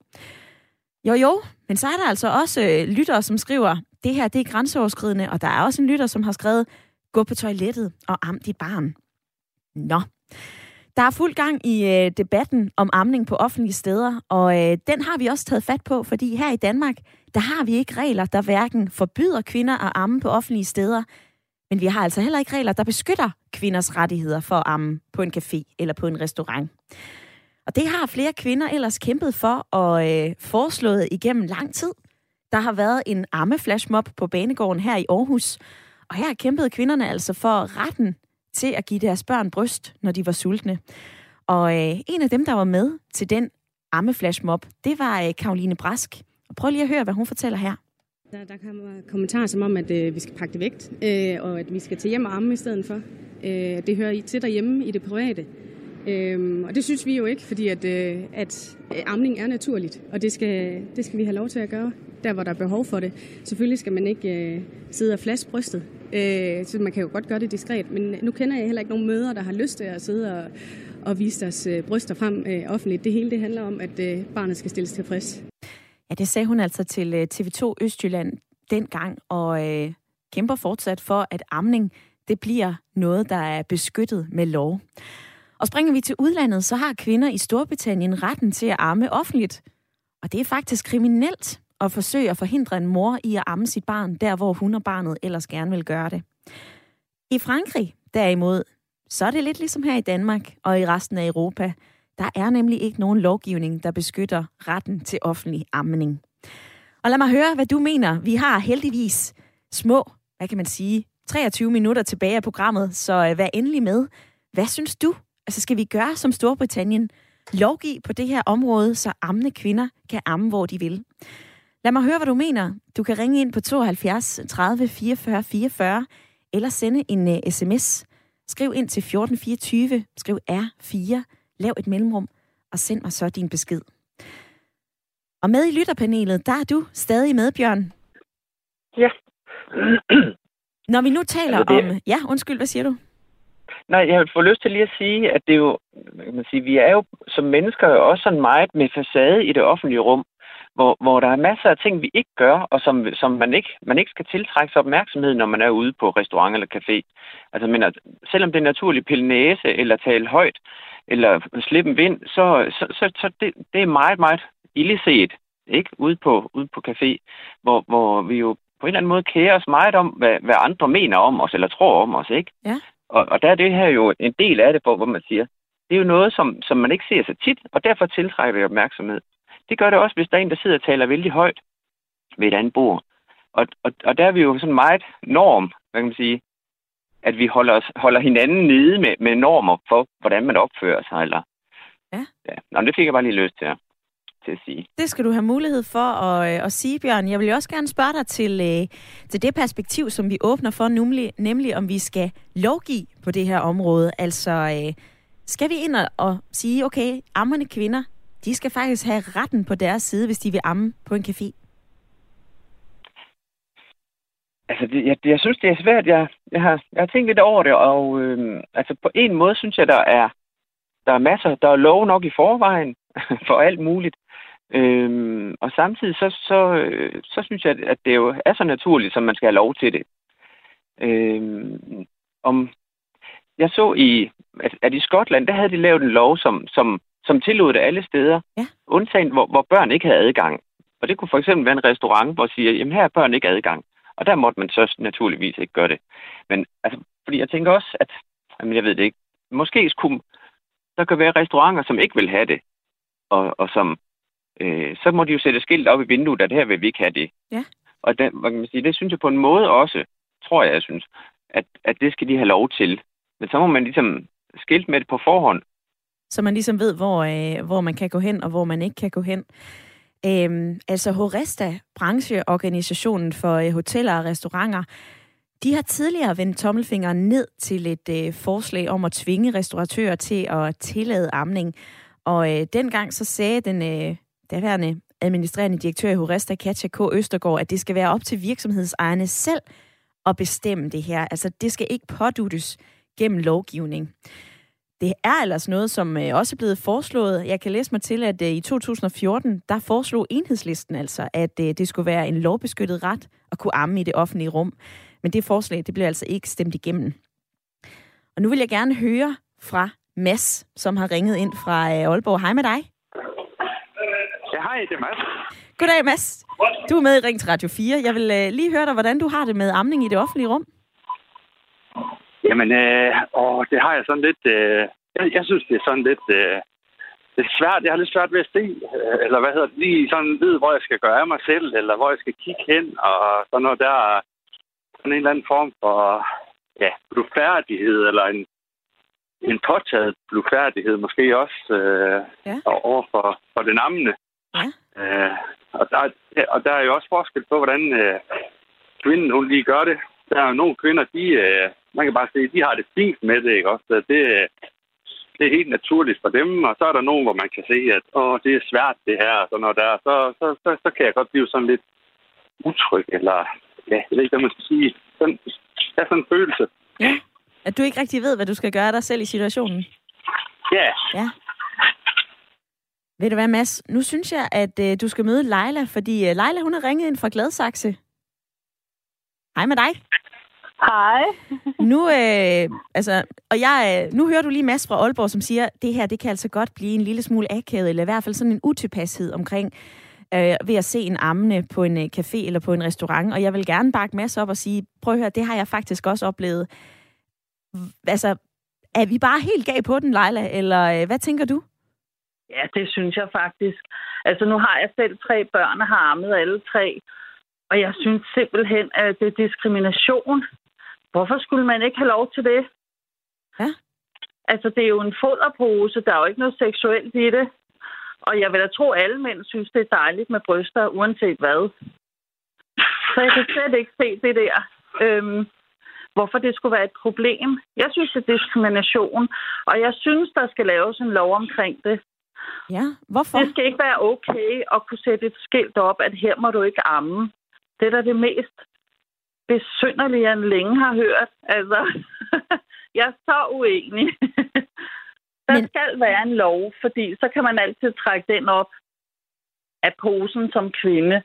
Jo jo, men så er der altså også øh, lyttere, som skriver, det her det er grænseoverskridende, og der er også en lytter, som har skrevet, gå på toilettet og am dit barn. Nå. Der er fuld gang i øh, debatten om amning på offentlige steder, og øh, den har vi også taget fat på, fordi her i Danmark, der har vi ikke regler, der hverken forbyder kvinder at amme på offentlige steder, men vi har altså heller ikke regler, der beskytter kvinders rettigheder for at amme på en café eller på en restaurant. Og det har flere kvinder ellers kæmpet for og øh, foreslået igennem lang tid. Der har været en ammeflashmob på Banegården her i Aarhus, og her kæmpede kvinderne altså for retten til at give deres børn bryst, når de var sultne. Og øh, en af dem, der var med til den ammeflashmob, det var øh, Caroline Brask. Og prøv lige at høre, hvad hun fortæller her. Der, der kommer kommentarer som om, at øh, vi skal pakke det væk, øh, og at vi skal til hjem og amme i stedet for. Øh, det hører I til derhjemme i det private. Øh, og det synes vi jo ikke, fordi at, øh, at amning er naturligt, og det skal, det skal vi have lov til at gøre, der hvor der er behov for det. Selvfølgelig skal man ikke øh, sidde og flaske brystet, øh, så man kan jo godt gøre det diskret, men nu kender jeg heller ikke nogen mødre, der har lyst til at sidde og, og vise deres øh, bryster frem øh, offentligt. Det hele det handler om, at øh, barnet skal stilles tilfreds. Ja, det sagde hun altså til T V to Østjylland dengang, og øh, kæmper fortsat for, at amning det bliver noget, der er beskyttet med lov. Og springer vi til udlandet, så har kvinder i Storbritannien retten til at amme offentligt. Og det er faktisk kriminelt at forsøge at forhindre en mor i at amme sit barn, der hvor hun og barnet ellers gerne vil gøre det. I Frankrig, derimod, så er det lidt ligesom her i Danmark og i resten af Europa. Der er nemlig ikke nogen lovgivning, der beskytter retten til offentlig amning. Og lad mig høre, hvad du mener. Vi har heldigvis små, hvad kan man sige, treogtyve minutter tilbage af programmet, så vær endelig med. Hvad synes du? Altså skal vi gøre som Storbritannien? Lovgive på det her område, så ammende kvinder kan amme, hvor de vil. Lad mig høre, hvad du mener. Du kan ringe ind på tooghalvfjerds tredive fireogfyrre fireogfyrre eller sende en uh, sms. Skriv ind til fjorten fireogtyve, skriv R fire, lav et mellemrum og send mig så din besked. Og med i lytterpanelet, der er du stadig med, Bjørn. Ja. Når vi nu taler altså det... om... Ja, undskyld, hvad siger du? Nej, jeg får lyst til lige at sige, at det er jo, hvad kan man sige, vi er jo som mennesker jo også sådan meget med facade i det offentlige rum, hvor, hvor der er masser af ting, vi ikke gør, og som, som man, ikke, man ikke skal tiltrække sig opmærksomhed, når man er ude på restaurant eller café. Altså, men at, selvom det er naturligt pille næse, eller tale højt, eller slippe en vind, så, så, så, så det, det er meget, meget illeset, ikke? Ude på, ude på café, hvor, hvor vi jo på en eller anden måde kærer os meget om, hvad, hvad andre mener om os, eller tror om os, ikke? Ja. Og, og der er det her jo en del af det, hvor, hvor man siger, det er jo noget, som, som man ikke ser så tit, og derfor tiltrækker det opmærksomhed. Det gør det også, hvis der er en, der sidder og taler vældig højt ved et andet bord. Og, og, og der er vi jo sådan meget norm, hvad kan man sige, at vi holder, os, holder hinanden nede med, med normer for, hvordan man opfører sig. Eller... Ja. Ja. Nå, det fik jeg bare lige lyst til at, til at sige. Det skal du have mulighed for at, at sige, Bjørn. Jeg vil jo også gerne spørge dig til, til det perspektiv, som vi åbner for, nemlig, nemlig om vi skal lovgive på det her område. Altså, skal vi ind og, og sige, okay, ammende kvinder, de skal faktisk have retten på deres side, hvis de vil amme på en café? Altså, det, jeg, jeg synes, det er svært. Jeg, jeg, har, jeg har tænkt lidt over det, og øh, altså, på en måde synes jeg, der er, der er masser, der er lov nok i forvejen for alt muligt. Øhm, og samtidig så, så, øh, så synes jeg, at det jo er så naturligt, som man skal have lov til det. Øhm, om jeg så i, at, at i Skotland, der havde de lavet en lov, som, som, som tillod det alle steder, ja. undtagen hvor, hvor børn ikke havde adgang. Og det kunne for eksempel være en restaurant, hvor siger, jamen her er børn ikke adgang. Og der måtte man så naturligvis ikke gøre det. Men altså, fordi jeg tænker også, at, jamen jeg ved det ikke, måske skulle, der kan være restauranter, som ikke vil have det, og, og som, øh, så må de jo sætte skilt op i vinduet, at her vil vi ikke have det. Ja. Og den, hvad kan man sige, det synes jeg på en måde også, tror jeg, jeg synes, at, at det skal de have lov til. Men så må man ligesom skilte med det på forhånd. Så man ligesom ved, hvor, øh, hvor man kan gå hen, og hvor man ikke kan gå hen. Øhm, altså Horesta, brancheorganisationen for øh, hoteller og restauranter, de har tidligere vendt tommelfingeren ned til et øh, forslag om at tvinge restauratører til at tillade amning. Og øh, dengang så sagde den øh, daværende administrerende direktør i Horesta, Katja K. Østergaard, at det skal være op til virksomhedsejerne selv at bestemme det her. Altså det skal ikke påduttes gennem lovgivning. Det er ellers noget, som også er blevet foreslået. Jeg kan læse mig til, at i to tusind og fjorten, der foreslog Enhedslisten altså, at det skulle være en lovbeskyttet ret at kunne amme i det offentlige rum. Men det forslag, det blev altså ikke stemt igennem. Og nu vil jeg gerne høre fra Mads, som har ringet ind fra Aalborg. Hej med dig. Ja, hej, det er Mads. Goddag, Mads. Du er med i Ring til Radio fire. Jeg vil lige høre dig, hvordan du har det med amning i det offentlige rum. Jamen, øh, åh, det har jeg sådan lidt... Øh, jeg, jeg synes, det er sådan lidt... Øh, det er svært. Jeg har lidt svært ved at se, øh, eller hvad hedder det, lige sådan vide, hvor jeg skal gøre af mig selv, eller hvor jeg skal kigge hen, og sådan noget der... Sådan en eller anden form for... Ja, blufærdighed, eller en, en påtaget blufærdighed, måske også øh, ja. over for, for den ammende. Ja. Øh, og, der, og der er jo også forskel på, hvordan øh, kvinden, hun lige gør det. Der er jo nogle kvinder, de... Øh, man kan bare sige, de har det fint med det, ikke også? Det, det er helt naturligt for dem, og så er der nogen, hvor man kan se, at åh, det er svært det her, og sådan noget der. Så, så, så, så kan jeg godt blive sådan lidt utryg, eller ja, jeg ved ikke, hvad man skal sige. Sådan, det er sådan en følelse. Ja, at du ikke rigtig ved, hvad du skal gøre dig selv i situationen. Ja. Ja. Ved du hvad, Mads? Nu synes jeg, at øh, du skal møde Leila, fordi øh, Leila, hun har ringet ind fra Gladsaxe. Hej med dig. Hej. Nu, øh, altså, og jeg, nu hører du lige Mads fra Aalborg, som siger, at det her, det kan altså godt blive en lille smule akavet, eller i hvert fald sådan en utilpashed omkring øh, ved at se en ammende på en øh, café eller på en restaurant. Og jeg vil gerne bakke Mads op og sige, prøv at høre, det har jeg faktisk også oplevet. Altså, er vi bare helt gal på den, Leila, eller øh, hvad tænker du? Ja, det synes jeg faktisk. Altså, nu har jeg selv tre børn og har ammet alle tre. Og jeg synes simpelthen, at det er diskrimination. Hvorfor skulle man ikke have lov til det? Ja. Altså, det er jo en foderpose. Der er jo ikke noget seksuelt i det. Og jeg vil da tro, at alle mænd synes, det er dejligt med bryster, uanset hvad. Så jeg kan slet ikke se det der. Øhm, hvorfor det skulle være et problem. Jeg synes, det er diskrimination. Og jeg synes, der skal laves en lov omkring det. Ja, hvorfor? Det skal ikke være okay at kunne sætte et skilt op, at her må du ikke amme. Det er da det mest besynderlige, jeg længe har hørt. Altså, jeg er så uenig. Der Men... skal være en lov, fordi så kan man altid trække den op af posen som kvinde.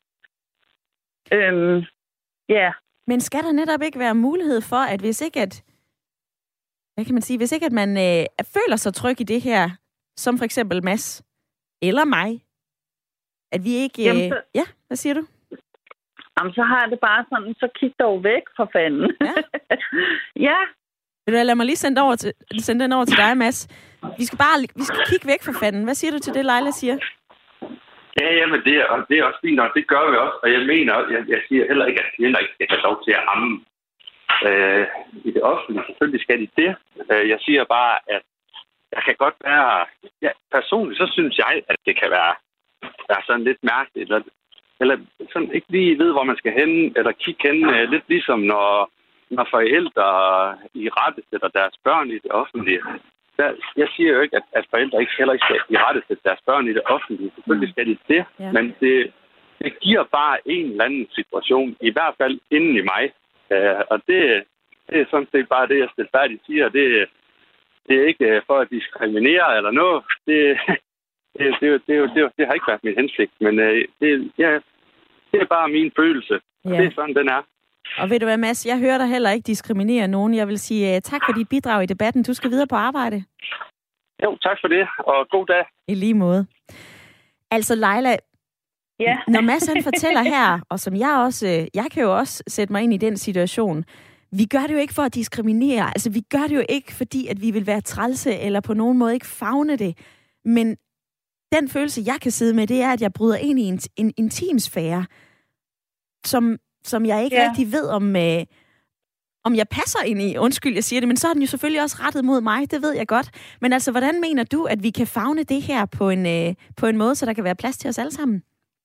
Øhm, ja. Men skal der netop ikke være mulighed for, at hvis ikke at, hvad kan man sige, hvis ikke at man øh, føler sig tryg i det her, som for eksempel Mads eller mig, at vi ikke... Øh... Jamen, så... Ja, hvad siger du? Jamen, så har jeg det bare sådan, så kig dog væk for fanden. Ja. Ja. Vil du lade mig lige sende, over til, sende den over til dig, Mads? Vi skal bare vi skal kigge væk for fanden. Hvad siger du til det, Leila siger? Ja, jamen, det er, det er også fint, og det gør vi også. Og jeg mener, jeg, jeg siger heller ikke, at kvinder ikke skal have lov til at amme øh, i det offentlige. Selvfølgelig skal de det. Jeg siger bare, at jeg kan godt være... Ja, personligt, så synes jeg, at det kan være, være sådan lidt mærkeligt, eller, eller sådan ikke lige ved, hvor man skal hen, eller kigge hen. Lidt ligesom, når, når forældre i rette sætter deres børn i det offentlige. der, jeg siger jo ikke, at, at forældre ikke heller ikke skal i rette sætte deres børn i det offentlige. Selvfølgelig skal de det, ja. Men det, det giver bare en eller anden situation, i hvert fald inden i mig. Uh, og det, det er sådan set bare det, jeg stilfærdigt siger. Det, det er ikke for at diskriminere eller noget. Det, det, det, det, det, det, det har ikke været min hensigt, men uh, det, ja, det er bare min følelse. Ja. Det er sådan, den er. Og ved du hvad, Mads, jeg hører dig heller ikke diskriminere nogen. Jeg vil sige uh, tak for dit bidrag i debatten. Du skal videre på arbejde. Jo, tak for det, og god dag. I lige måde. Altså, Leila, ja. Når Mads han fortæller her, og som jeg også, jeg kan jo også sætte mig ind i den situation, vi gør det jo ikke for at diskriminere. Altså, vi gør det jo ikke, fordi at vi vil være trælse, eller på nogen måde ikke favne det. Men den følelse, jeg kan sidde med, det er, at jeg bryder ind i en, en intim sfære, som, som jeg ikke ja. rigtig ved, om, øh, om jeg passer ind i. Undskyld, jeg siger det, men så er den jo selvfølgelig også rettet mod mig, det ved jeg godt. Men altså, hvordan mener du, at vi kan favne det her på en, øh, på en måde, så der kan være plads til os alle sammen?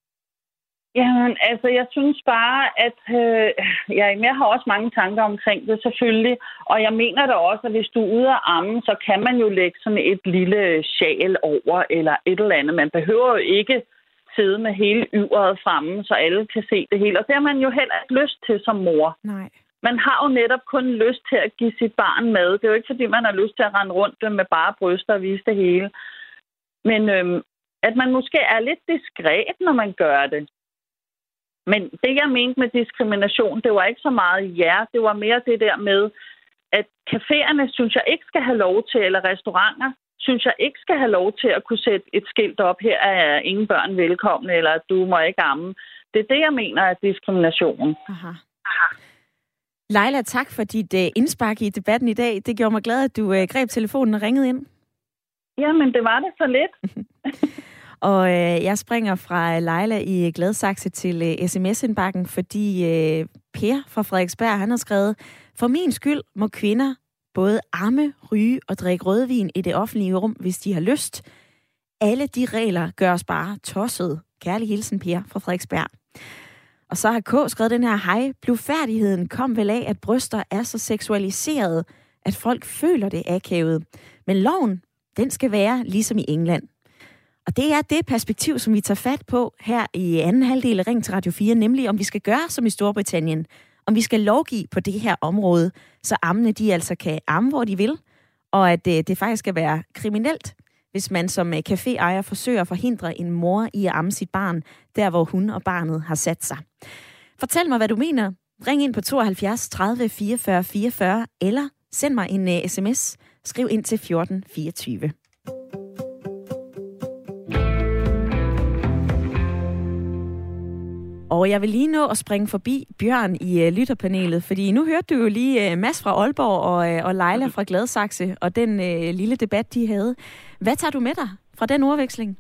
Jamen, altså, jeg synes bare, at øh, ja, jeg har også mange tanker omkring det, selvfølgelig. Og jeg mener da også, at hvis du er ude at amme, så kan man jo lægge sådan et lille sjal over, eller et eller andet. Man behøver jo ikke sidde med hele yveret fremme, så alle kan se det hele. Og det har man jo heller ikke lyst til som mor. Nej. Man har jo netop kun lyst til at give sit barn mad. Det er jo ikke, fordi man har lyst til at rende rundt med bare bryster og vise det hele. Men øhm, at man måske er lidt diskret, når man gør det. Men det, jeg mente med diskrimination, det var ikke så meget ja. Det var mere det der med, at caféerne, synes jeg ikke skal have lov til, eller restauranter, synes jeg ikke skal have lov til at kunne sætte et skilt op, her er ingen børn velkomne, eller du må ikke amme. Det er det, jeg mener er diskrimination. Aha. Aha. Leila, tak for dit uh, indspark i debatten i dag. Det gjorde mig glad, at du uh, greb telefonen og ringede ind. Jamen, det var det så lidt. Og øh, jeg springer fra Leila i Gladsaxe til øh, sms-indbakken, fordi øh, Per fra Frederiksberg, han har skrevet, for min skyld må kvinder både amme, ryge og drikke rødvin i det offentlige rum, hvis de har lyst. Alle de regler gør os bare tosset. Kærlig hilsen, Per fra Frederiksberg. Og så har K skrevet den her, hej, blufærdigheden kom vel af, at bryster er så seksualiseret, at folk føler det akavet. Men loven, den skal være ligesom i England. Og det er det perspektiv, som vi tager fat på her i anden halvdel af Ring til Radio fire, nemlig om vi skal gøre som i Storbritannien. Om vi skal lovgive på det her område, så ammene de altså kan amme, hvor de vil, og at det, det faktisk skal være kriminelt, hvis man som caféejer forsøger at forhindre en mor i at amme sit barn, der hvor hun og barnet har sat sig. Fortæl mig, hvad du mener. Ring ind på tooghalvfjerds tredive fireogfyrre fireogfyrre, eller send mig en uh, sms. Skriv ind til fjorten fireogtyve. Og jeg vil lige nå at springe forbi Bjørn i uh, lytterpanelet, fordi nu hørte du jo lige uh, Mads fra Aalborg og, uh, og Leila fra Gladsaxe og den uh, lille debat, de havde. Hvad tager du med dig fra den ordveksling?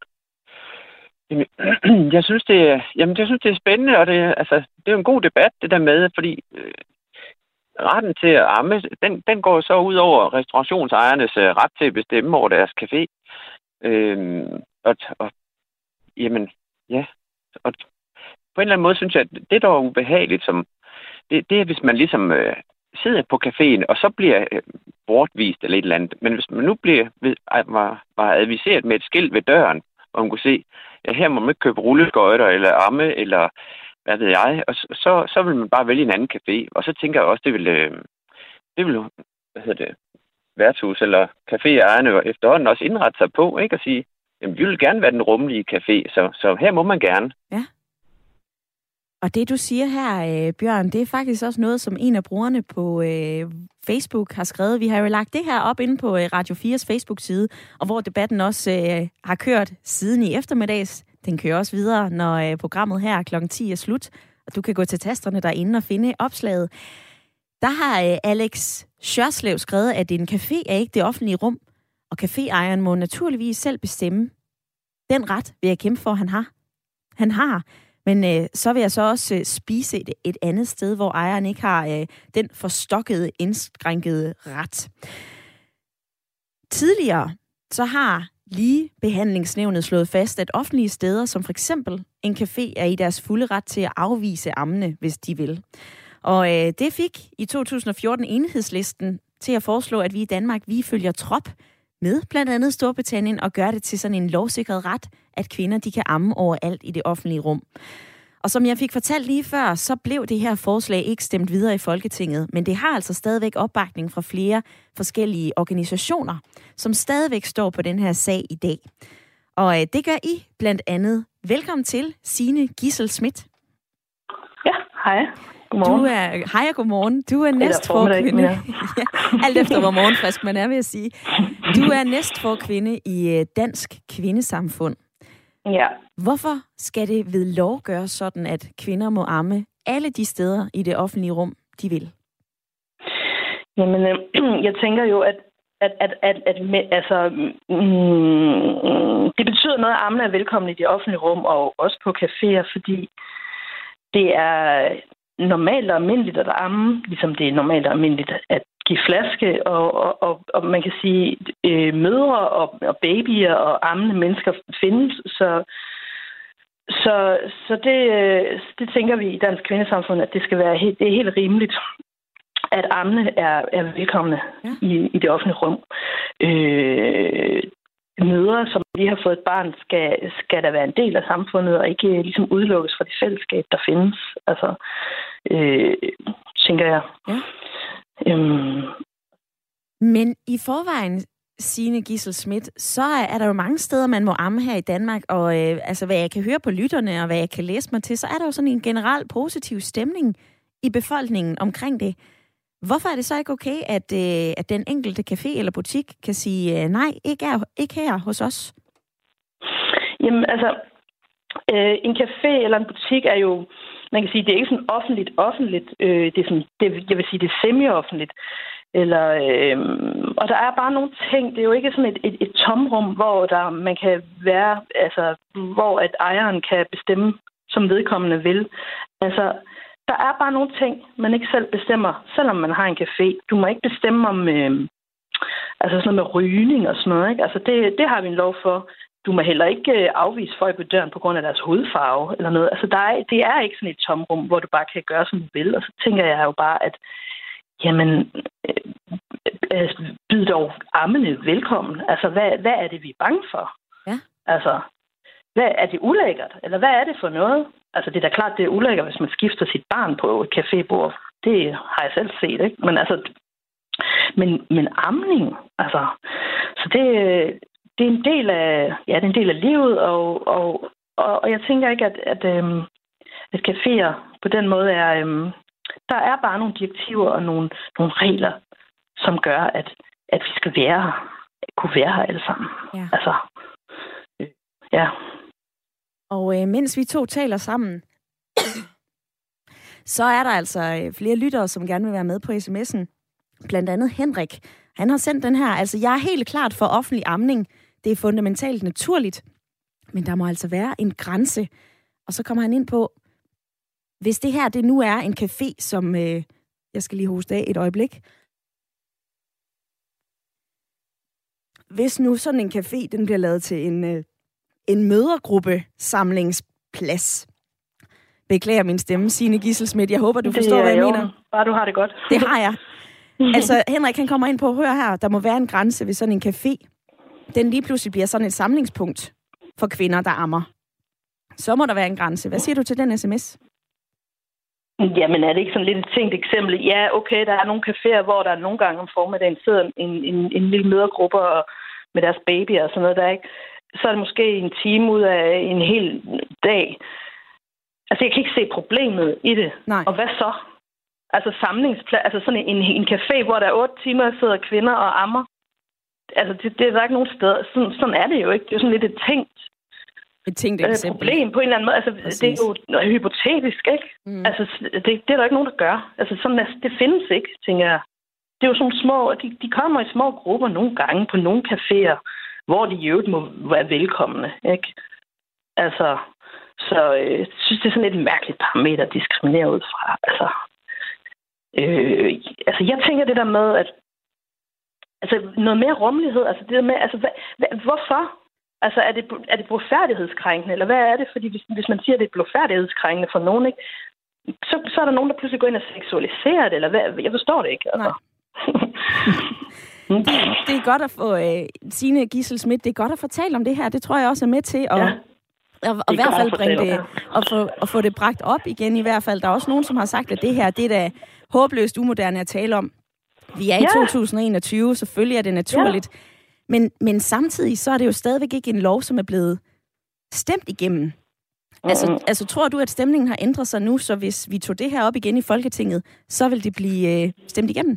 Jeg synes, det er, jamen, jeg synes, det er spændende, og det, altså, det er jo en god debat, det der med, fordi øh, retten til at amme, den, den går så ud over restaurationsejernes øh, ret til at bestemme over deres café. Øh, og, og, jamen, ja, og på en eller anden måde synes jeg, at det, der er ubehageligt, som, det, det er, hvis man ligesom øh, sidder på caféen, og så bliver øh, bortvist eller et eller andet. Men hvis man nu bliver, ved, var, var adviseret med et skilt ved døren, og man kunne se, ja, her må man ikke købe rulleskøjter eller amme, eller hvad ved jeg, og så, så vil man bare vælge en anden café. Og så tænker jeg også, det vil, øh, det vil hvad hedder det, værtshus eller caféejerne efterhånden også indrette sig på, ikke? At sige, jamen, vi vil gerne være den rummelige café, så, så her må man gerne. Ja. Og det, du siger her, øh, Bjørn, det er faktisk også noget, som en af brugerne på øh, Facebook har skrevet. Vi har jo lagt det her op inde på øh, Radio fires Facebook-side, og hvor debatten også øh, har kørt siden i eftermiddags. Den kører også videre, når øh, programmet her klokken ti er slut, og du kan gå til tasterne derinde og finde opslaget. Der har øh, Alex Schørslev skrevet, at en café er ikke det offentlige rum, og caféejeren må naturligvis selv bestemme. Den ret vil jeg kæmpe for, han har. Han har. Men øh, så vil jeg så også øh, spise et, et andet sted, hvor ejeren ikke har øh, den forstokkede, indskrænkede ret. Tidligere så har Ligebehandlingsnævnet slået fast, at offentlige steder, som for eksempel en café, er i deres fulde ret til at afvise ammene, hvis de vil. Og øh, det fik i to tusind og fjorten Enhedslisten til at foreslå, at vi i Danmark, vi følger trop med blandt andet Storbritannien og gør det til sådan en lovsikret ret, at kvinder de kan amme overalt i det offentlige rum. Og som jeg fik fortalt lige før, så blev det her forslag ikke stemt videre i Folketinget, men det har altså stadigvæk opbakning fra flere forskellige organisationer, som stadigvæk står på den her sag i dag. Og øh, det gør I blandt andet. Velkommen til, Signe Gissel Schmidt. Ja, hej. Godmorgen. Du er, hej og godmorgen. Du er næstforkvinde. Ja, alt efter hvor morgenfrisk man er, vil jeg sige. Du er næstforkvinde i Dansk Kvindesamfund. Ja. Hvorfor skal det ved lov gøres sådan, at kvinder må amme alle de steder i det offentlige rum, de vil? Jamen, øh, jeg tænker jo, at At, at, at, at altså, mm, det betyder noget, at ammene er velkommen i det offentlige rum og også på caféer, fordi det er normalt og almindeligt at amme, ligesom det er normalt og almindeligt at give flaske, og, og, og, og man kan sige, øh, mødre og, og babyer og ammende mennesker findes, så så, så det, det tænker vi i Dansk Kvindesamfund, at det skal være helt, det er helt rimeligt, at ammene er, er velkomne ja. i, i det offentlige rum. Øh, mødre, som lige har fået et barn, skal, skal der være en del af samfundet, og ikke ligesom udelukkes fra det fællesskab, der findes. Altså, øh, tænker jeg. Ja. Øhm. Men i forvejen, Signe Gissel Schmidt, så er der jo mange steder, man må amme her i Danmark, og øh, altså, hvad jeg kan høre på lytterne, og hvad jeg kan læse mig til, så er der jo sådan en generel positiv stemning i befolkningen omkring det. Hvorfor er det så ikke okay, at, øh, at den enkelte café eller butik kan sige, øh, nej, ikke, er, ikke her hos os? Jamen, altså, øh, en café eller en butik er jo, man kan sige, det er ikke sådan offentligt, offentligt. Øh, det er sådan, det, jeg vil sige, det er semi-offentligt. Eller, øh, og der er bare nogle ting, det er jo ikke sådan et, et, et tomrum, hvor der, man kan være, altså, hvor at ejeren kan bestemme, som vedkommende vil. Altså, der er bare nogle ting, man ikke selv bestemmer, selvom man har en café. Du må ikke bestemme om øh, altså sådan noget med rygning og sådan noget. Ikke? Altså det, det har vi en lov for. Du må heller ikke øh, afvise folk på døren på grund af deres hudfarve eller noget. Altså der er, det er ikke sådan et tomrum, hvor du bare kan gøre, som du vil. Og så tænker jeg jo bare, at jamen, øh, øh, byd dog ammene velkommen. Altså hvad, hvad er det, vi er bange for? Ja. Altså, hvad, er det ulækkert? Eller hvad er det for noget? Altså, det er da klart, det er ulækkert, hvis man skifter sit barn på et cafébord. Det har jeg selv set, ikke? Men altså, men, men amning, altså, så det, det er en del af, ja, det er en del af livet, og, og, og, og jeg tænker ikke, at, at, øhm, at caféer på den måde er, øhm, der er bare nogle direktiver og nogle, nogle regler, som gør, at, at vi skal være, kunne være her alle sammen. Ja. Altså, ja. Og øh, mens vi to taler sammen, så er der altså øh, flere lyttere, som gerne vil være med på sms'en. Blandt andet Henrik. Han har sendt den her. Altså, jeg er helt klart for offentlig amning. Det er fundamentalt naturligt. Men der må altså være en grænse. Og så kommer han ind på, hvis det her det nu er en café, som... Øh, jeg skal lige hoste af et øjeblik. Hvis nu sådan en café, den bliver lavet til en... Øh, en mødergruppe samlingsplads. Beklager min stemme, Signe Gissel Schmidt. Jeg håber, du forstår, hvad jeg jo. mener. Bare du har det godt. Det har jeg. Altså, Henrik, han kommer ind på, hør her, der må være en grænse ved sådan en café. Den lige pludselig bliver sådan et samlingspunkt for kvinder, der ammer. Så må der være en grænse. Hvad siger du til den sms? Jamen, er det ikke sådan lidt et tænkt eksempel? Ja, okay, der er nogle caféer, hvor der nogle gange om formiddagen sidder en, en, en lille mødergruppe og, med deres babyer og sådan noget, der ikke... Så er det måske en time ud af en hel dag. Altså, jeg kan ikke se problemet i det. Nej. Og hvad så? Altså, samlingsplads, altså sådan en, en café, hvor der er otte timer, sidder kvinder og ammer. Altså, det, det er der ikke nogen steder. Sådan, sådan er det jo ikke. Det er jo sådan lidt et tænkt, et tænkt eksempel. problem på en eller anden måde. Altså, præcis. Det er jo hypotetisk, ikke? Mm. Altså, det, det er der ikke nogen, der gør. Altså, sådan, altså, det findes ikke, tænker jeg. Det er jo sådan små... De, de kommer i små grupper nogle gange på nogle caféer, hvor de jo må være velkomne, ikke? Altså, så øh, jeg synes, det er sådan et mærkeligt parameter at diskriminere ud fra. Altså, øh, altså, jeg tænker det der med, at altså, noget mere rummelighed, altså det der med, altså, hvad, hvad, hvorfor? Altså, er det, er det blodfærdighedskrænkende, eller hvad er det? Fordi hvis, hvis man siger, at det er blodfærdighedskrænkende for nogen, ikke? Så, så er der nogen, der pludselig går ind og seksualiserer det, eller hvad? Jeg forstår det ikke, altså. det, det er godt at få, uh, Signe Gidsel Schmidt, det er godt at fortælle om det her. Det tror jeg også er med til at... Ja. Og, og i hvert fald bringe det, og få, og få det bragt op igen i hvert fald. Der er også nogen, som har sagt, at det her, det er da håbløst umoderne at tale om. Vi er i ja. to tusind og enogtyve, selvfølgelig er det naturligt. Ja. Men, men samtidig så er det jo stadigvæk ikke en lov, som er blevet stemt igennem. Mm-hmm. Altså, altså tror du, at stemningen har ændret sig nu, så hvis vi tog det her op igen i Folketinget, så vil det blive øh, stemt igennem?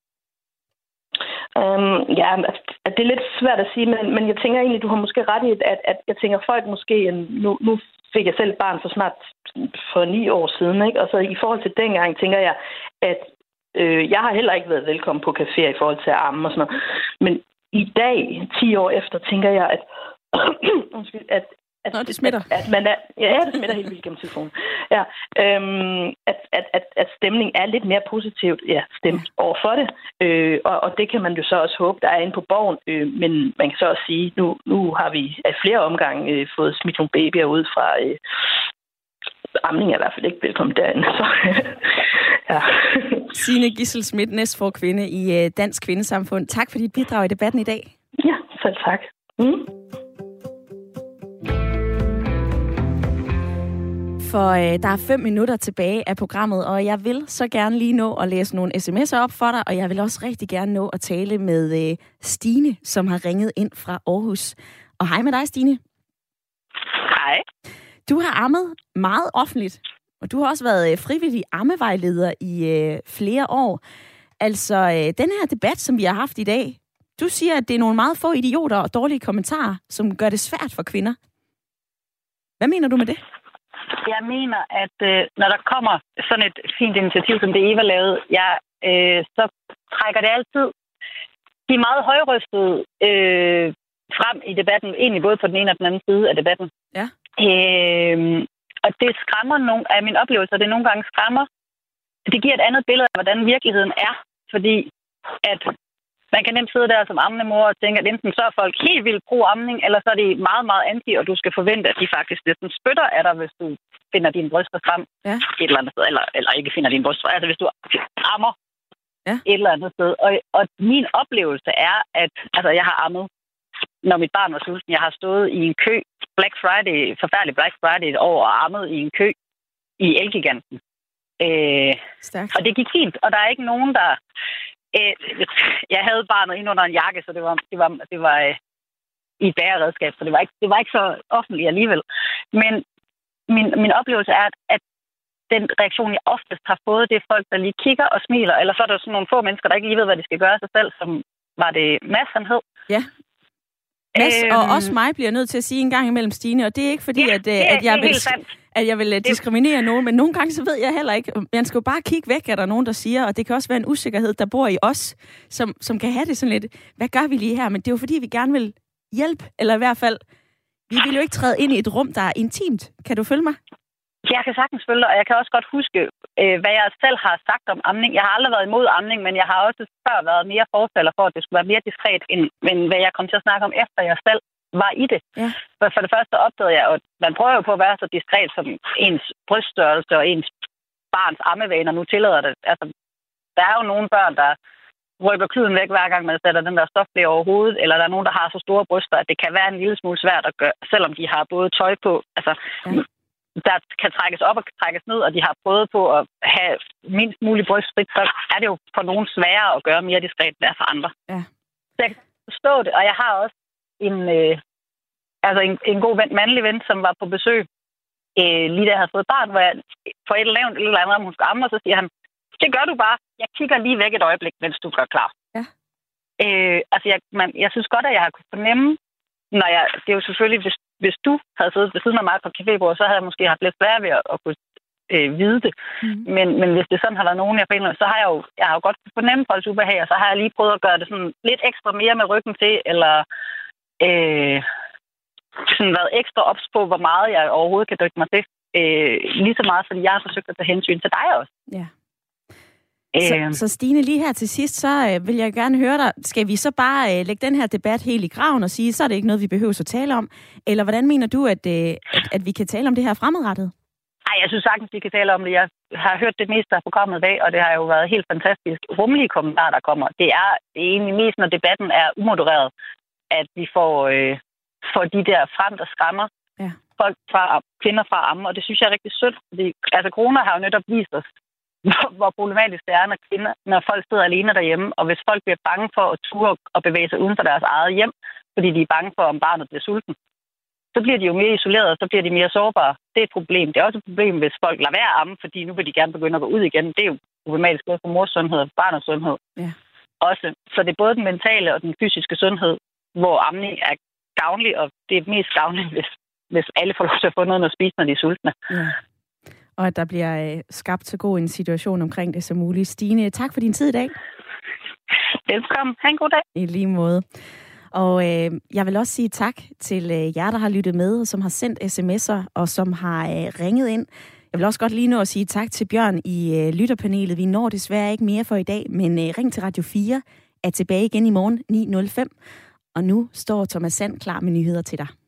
Um, ja, det er lidt svært at sige, men, men jeg tænker egentlig, du har måske ret i, at, at jeg tænker folk måske, nu, nu fik jeg selv et barn for snart for ni år siden, ikke? Og så i forhold til dengang, tænker jeg, at øh, jeg har heller ikke været velkommen på caféer i forhold til at amme og sådan noget. Men i dag, ti år efter, tænker jeg, at, at At, Nå, det smitter. At, at man er, ja, det smitter helt vildt gennem telefonen. Ja, øhm, at, at, at, at stemningen er lidt mere positivt ja, stemt ja. over for det. Øh, og, og det kan man jo så også håbe, der er inde på Borgen. Øh, men man kan så også sige, nu, nu har vi af flere omgange øh, fået smidt nogle babyer ud fra... Øh, amning er i hvert fald ikke velkommen derinde. Så, ja. Signe Gidsel Schmidt, næstforkvinde i Dansk Kvindesamfund. Tak for dit bidrag i debatten i dag. Ja, selv tak. Mm. For øh, der er fem minutter tilbage af programmet, og jeg vil så gerne lige nå at læse nogle sms'er op for dig, og jeg vil også rigtig gerne nå at tale med øh, Stine, som har ringet ind fra Aarhus. Og hej med dig, Stine. Hej. Du har ammet meget offentligt, og du har også været øh, frivillig ammevejleder i øh, flere år. Altså, øh, den her debat, som vi har haft i dag, du siger, at det er nogle meget få idioter og dårlige kommentarer, som gør det svært for kvinder. Hvad mener du med det? Jeg mener, at øh, når der kommer sådan et fint initiativ, som det Eva lavede, ja, øh, så trækker det altid de meget højrystede øh, frem i debatten, egentlig både på den ene og den anden side af debatten. Ja. Øh, og det skræmmer nogle af mine oplevelser, det nogle gange skræmmer. Det giver et andet billede af, hvordan virkeligheden er, fordi at man kan nemt sidde der som ammende mor og tænke, at enten så er folk helt vildt pro-amning, eller så er de meget, meget anti, og du skal forvente, at de faktisk næsten spytter af dig, hvis du finder dine bryster frem ja. et eller andet sted, eller, eller ikke finder dine bryster, altså hvis du ammer ja. et eller andet sted. Og, og min oplevelse er, at altså, jeg har ammet, når mit barn var sulten. Jeg har stået i en kø, Black Friday, forfærdelig Black Friday et år, og ammet i en kø i Elgiganten. Øh, og det gik fint, og der er ikke nogen, der... Jeg havde barnet ind under en jakke, så det var, det var, det var øh, i et bæreredskab, så det var, ikke, det var ikke så offentligt alligevel. Men min, min oplevelse er, at, at den reaktion, jeg oftest har fået, det er folk, der lige kigger og smiler, eller så er der sådan nogle få mennesker, der ikke lige ved, hvad de skal gøre sig selv, som var det Mads, han hed. Ja. Mads, øhm, og også mig bliver nødt til at sige en gang imellem, Stine, og det er ikke fordi, ja, at, er, at, jeg vil, at jeg vil diskriminere nogen, men nogle gange så ved jeg heller ikke, man skal jo bare kigge væk, er der nogen, der siger, og det kan også være en usikkerhed, der bor i os, som, som kan have det sådan lidt, hvad gør vi lige her? Men det er jo fordi, vi gerne vil hjælpe, eller i hvert fald, vi vil jo ikke træde ind i et rum, der er intimt. Kan du følge mig? Jeg kan sagtens følge dig, og jeg kan også godt huske, øh, hvad jeg selv har sagt om amning. Jeg har aldrig været imod amning, men jeg har også før været mere fortaler for, at det skulle være mere diskret, end, end hvad jeg kom til at snakke om, efter jeg selv var i det. Ja. For, for det første opdagede jeg, at man prøver jo på at være så diskret, som ens bryststørrelse og ens barns ammevaner nu tillader det. Altså, der er jo nogle børn, der rykker kluden væk, hver gang man sætter den der stofblæ over hovedet, eller der er nogen, der har så store bryster, at det kan være en lille smule svært at gøre, selvom de har både tøj på, altså... Ja. Der kan trækkes op og trækkes ned, og de har prøvet på at have mindst muligt brystfrit, så er det jo for nogen sværere at gøre mere diskret end for andre. Ja. Så jeg kan forstå det, og jeg har også en, øh, altså en, en god ven, mandlig ven, som var på besøg, øh, lige da jeg havde fået barn, hvor jeg for et eller andet, eller andet om hun skulle amme, og så siger han, det gør du bare, jeg kigger lige væk et øjeblik, mens du gør klar. Ja. Øh, altså, jeg, man, jeg synes godt, at jeg har kunnet fornemme, når jeg, det er jo selvfølgelig, hvis, hvis du havde siddet ved siden af mig på cafébordet, så havde jeg måske haft lidt svært ved at, at kunne øh, vide det. Mm. Men, men hvis det sådan har været nogen, jeg finder, så har jeg jo, jeg har jo godt kunnet fornemme folks ubehag, og så har jeg lige prøvet at gøre det sådan lidt ekstra mere med ryggen til, eller øh, sådan været ekstra ops på, hvor meget jeg overhovedet kan dykke mig til. Øh, lige så meget, fordi jeg har forsøgt at tage hensyn til dig også. Ja. Så, så Stine, lige her til sidst, så øh, vil jeg gerne høre dig. Skal vi så bare øh, lægge den her debat helt i graven og sige, så er det ikke noget, vi behøver at tale om? Eller hvordan mener du, at, øh, at, at vi kan tale om det her fremadrettet? Ej, jeg synes sagtens, vi kan tale om det. Jeg har hørt det meste af programmet i dag, og det har jo været helt fantastisk rummelige kommentarer, der kommer. Det er egentlig mest, når debatten er umodereret, at vi får, øh, får de der frem, der skræmmer ja. folk fra kvinder fra amme, og det synes jeg er rigtig sødt. Fordi, altså, corona har jo netop vist os, hvor, hvor problematisk det er, når, kvinder, når folk sidder alene derhjemme, og hvis folk bliver bange for at ture og bevæge sig uden for deres eget hjem, fordi de er bange for, om barnet bliver sulten, så bliver de jo mere isoleret, og så bliver de mere sårbare. Det er et problem. Det er også et problem, hvis folk lader være at amme, fordi nu vil de gerne begynde at gå ud igen. Det er jo problematisk både for mors sundhed og for barnets sundhed. Ja. Også. Så det er både den mentale og den fysiske sundhed, hvor amning er gavnlig, og det er mest gavnligt, hvis, hvis alle får lov til at få noget at spise, når de er sultne. Ja. Og at der bliver øh, skabt så god en situation omkring det som muligt. Stine, tak for din tid i dag. Velkommen. Ha' en god dag. I lige måde. Og øh, jeg vil også sige tak til øh, jer, der har lyttet med, og som har sendt sms'er, og som har øh, ringet ind. Jeg vil også godt lige nå at sige tak til Bjørn i øh, lytterpanelet. Vi når desværre ikke mere for i dag, men øh, ring til Radio fire er tilbage igen i morgen ni nul fem. Og nu står Thomas Sand klar med nyheder til dig.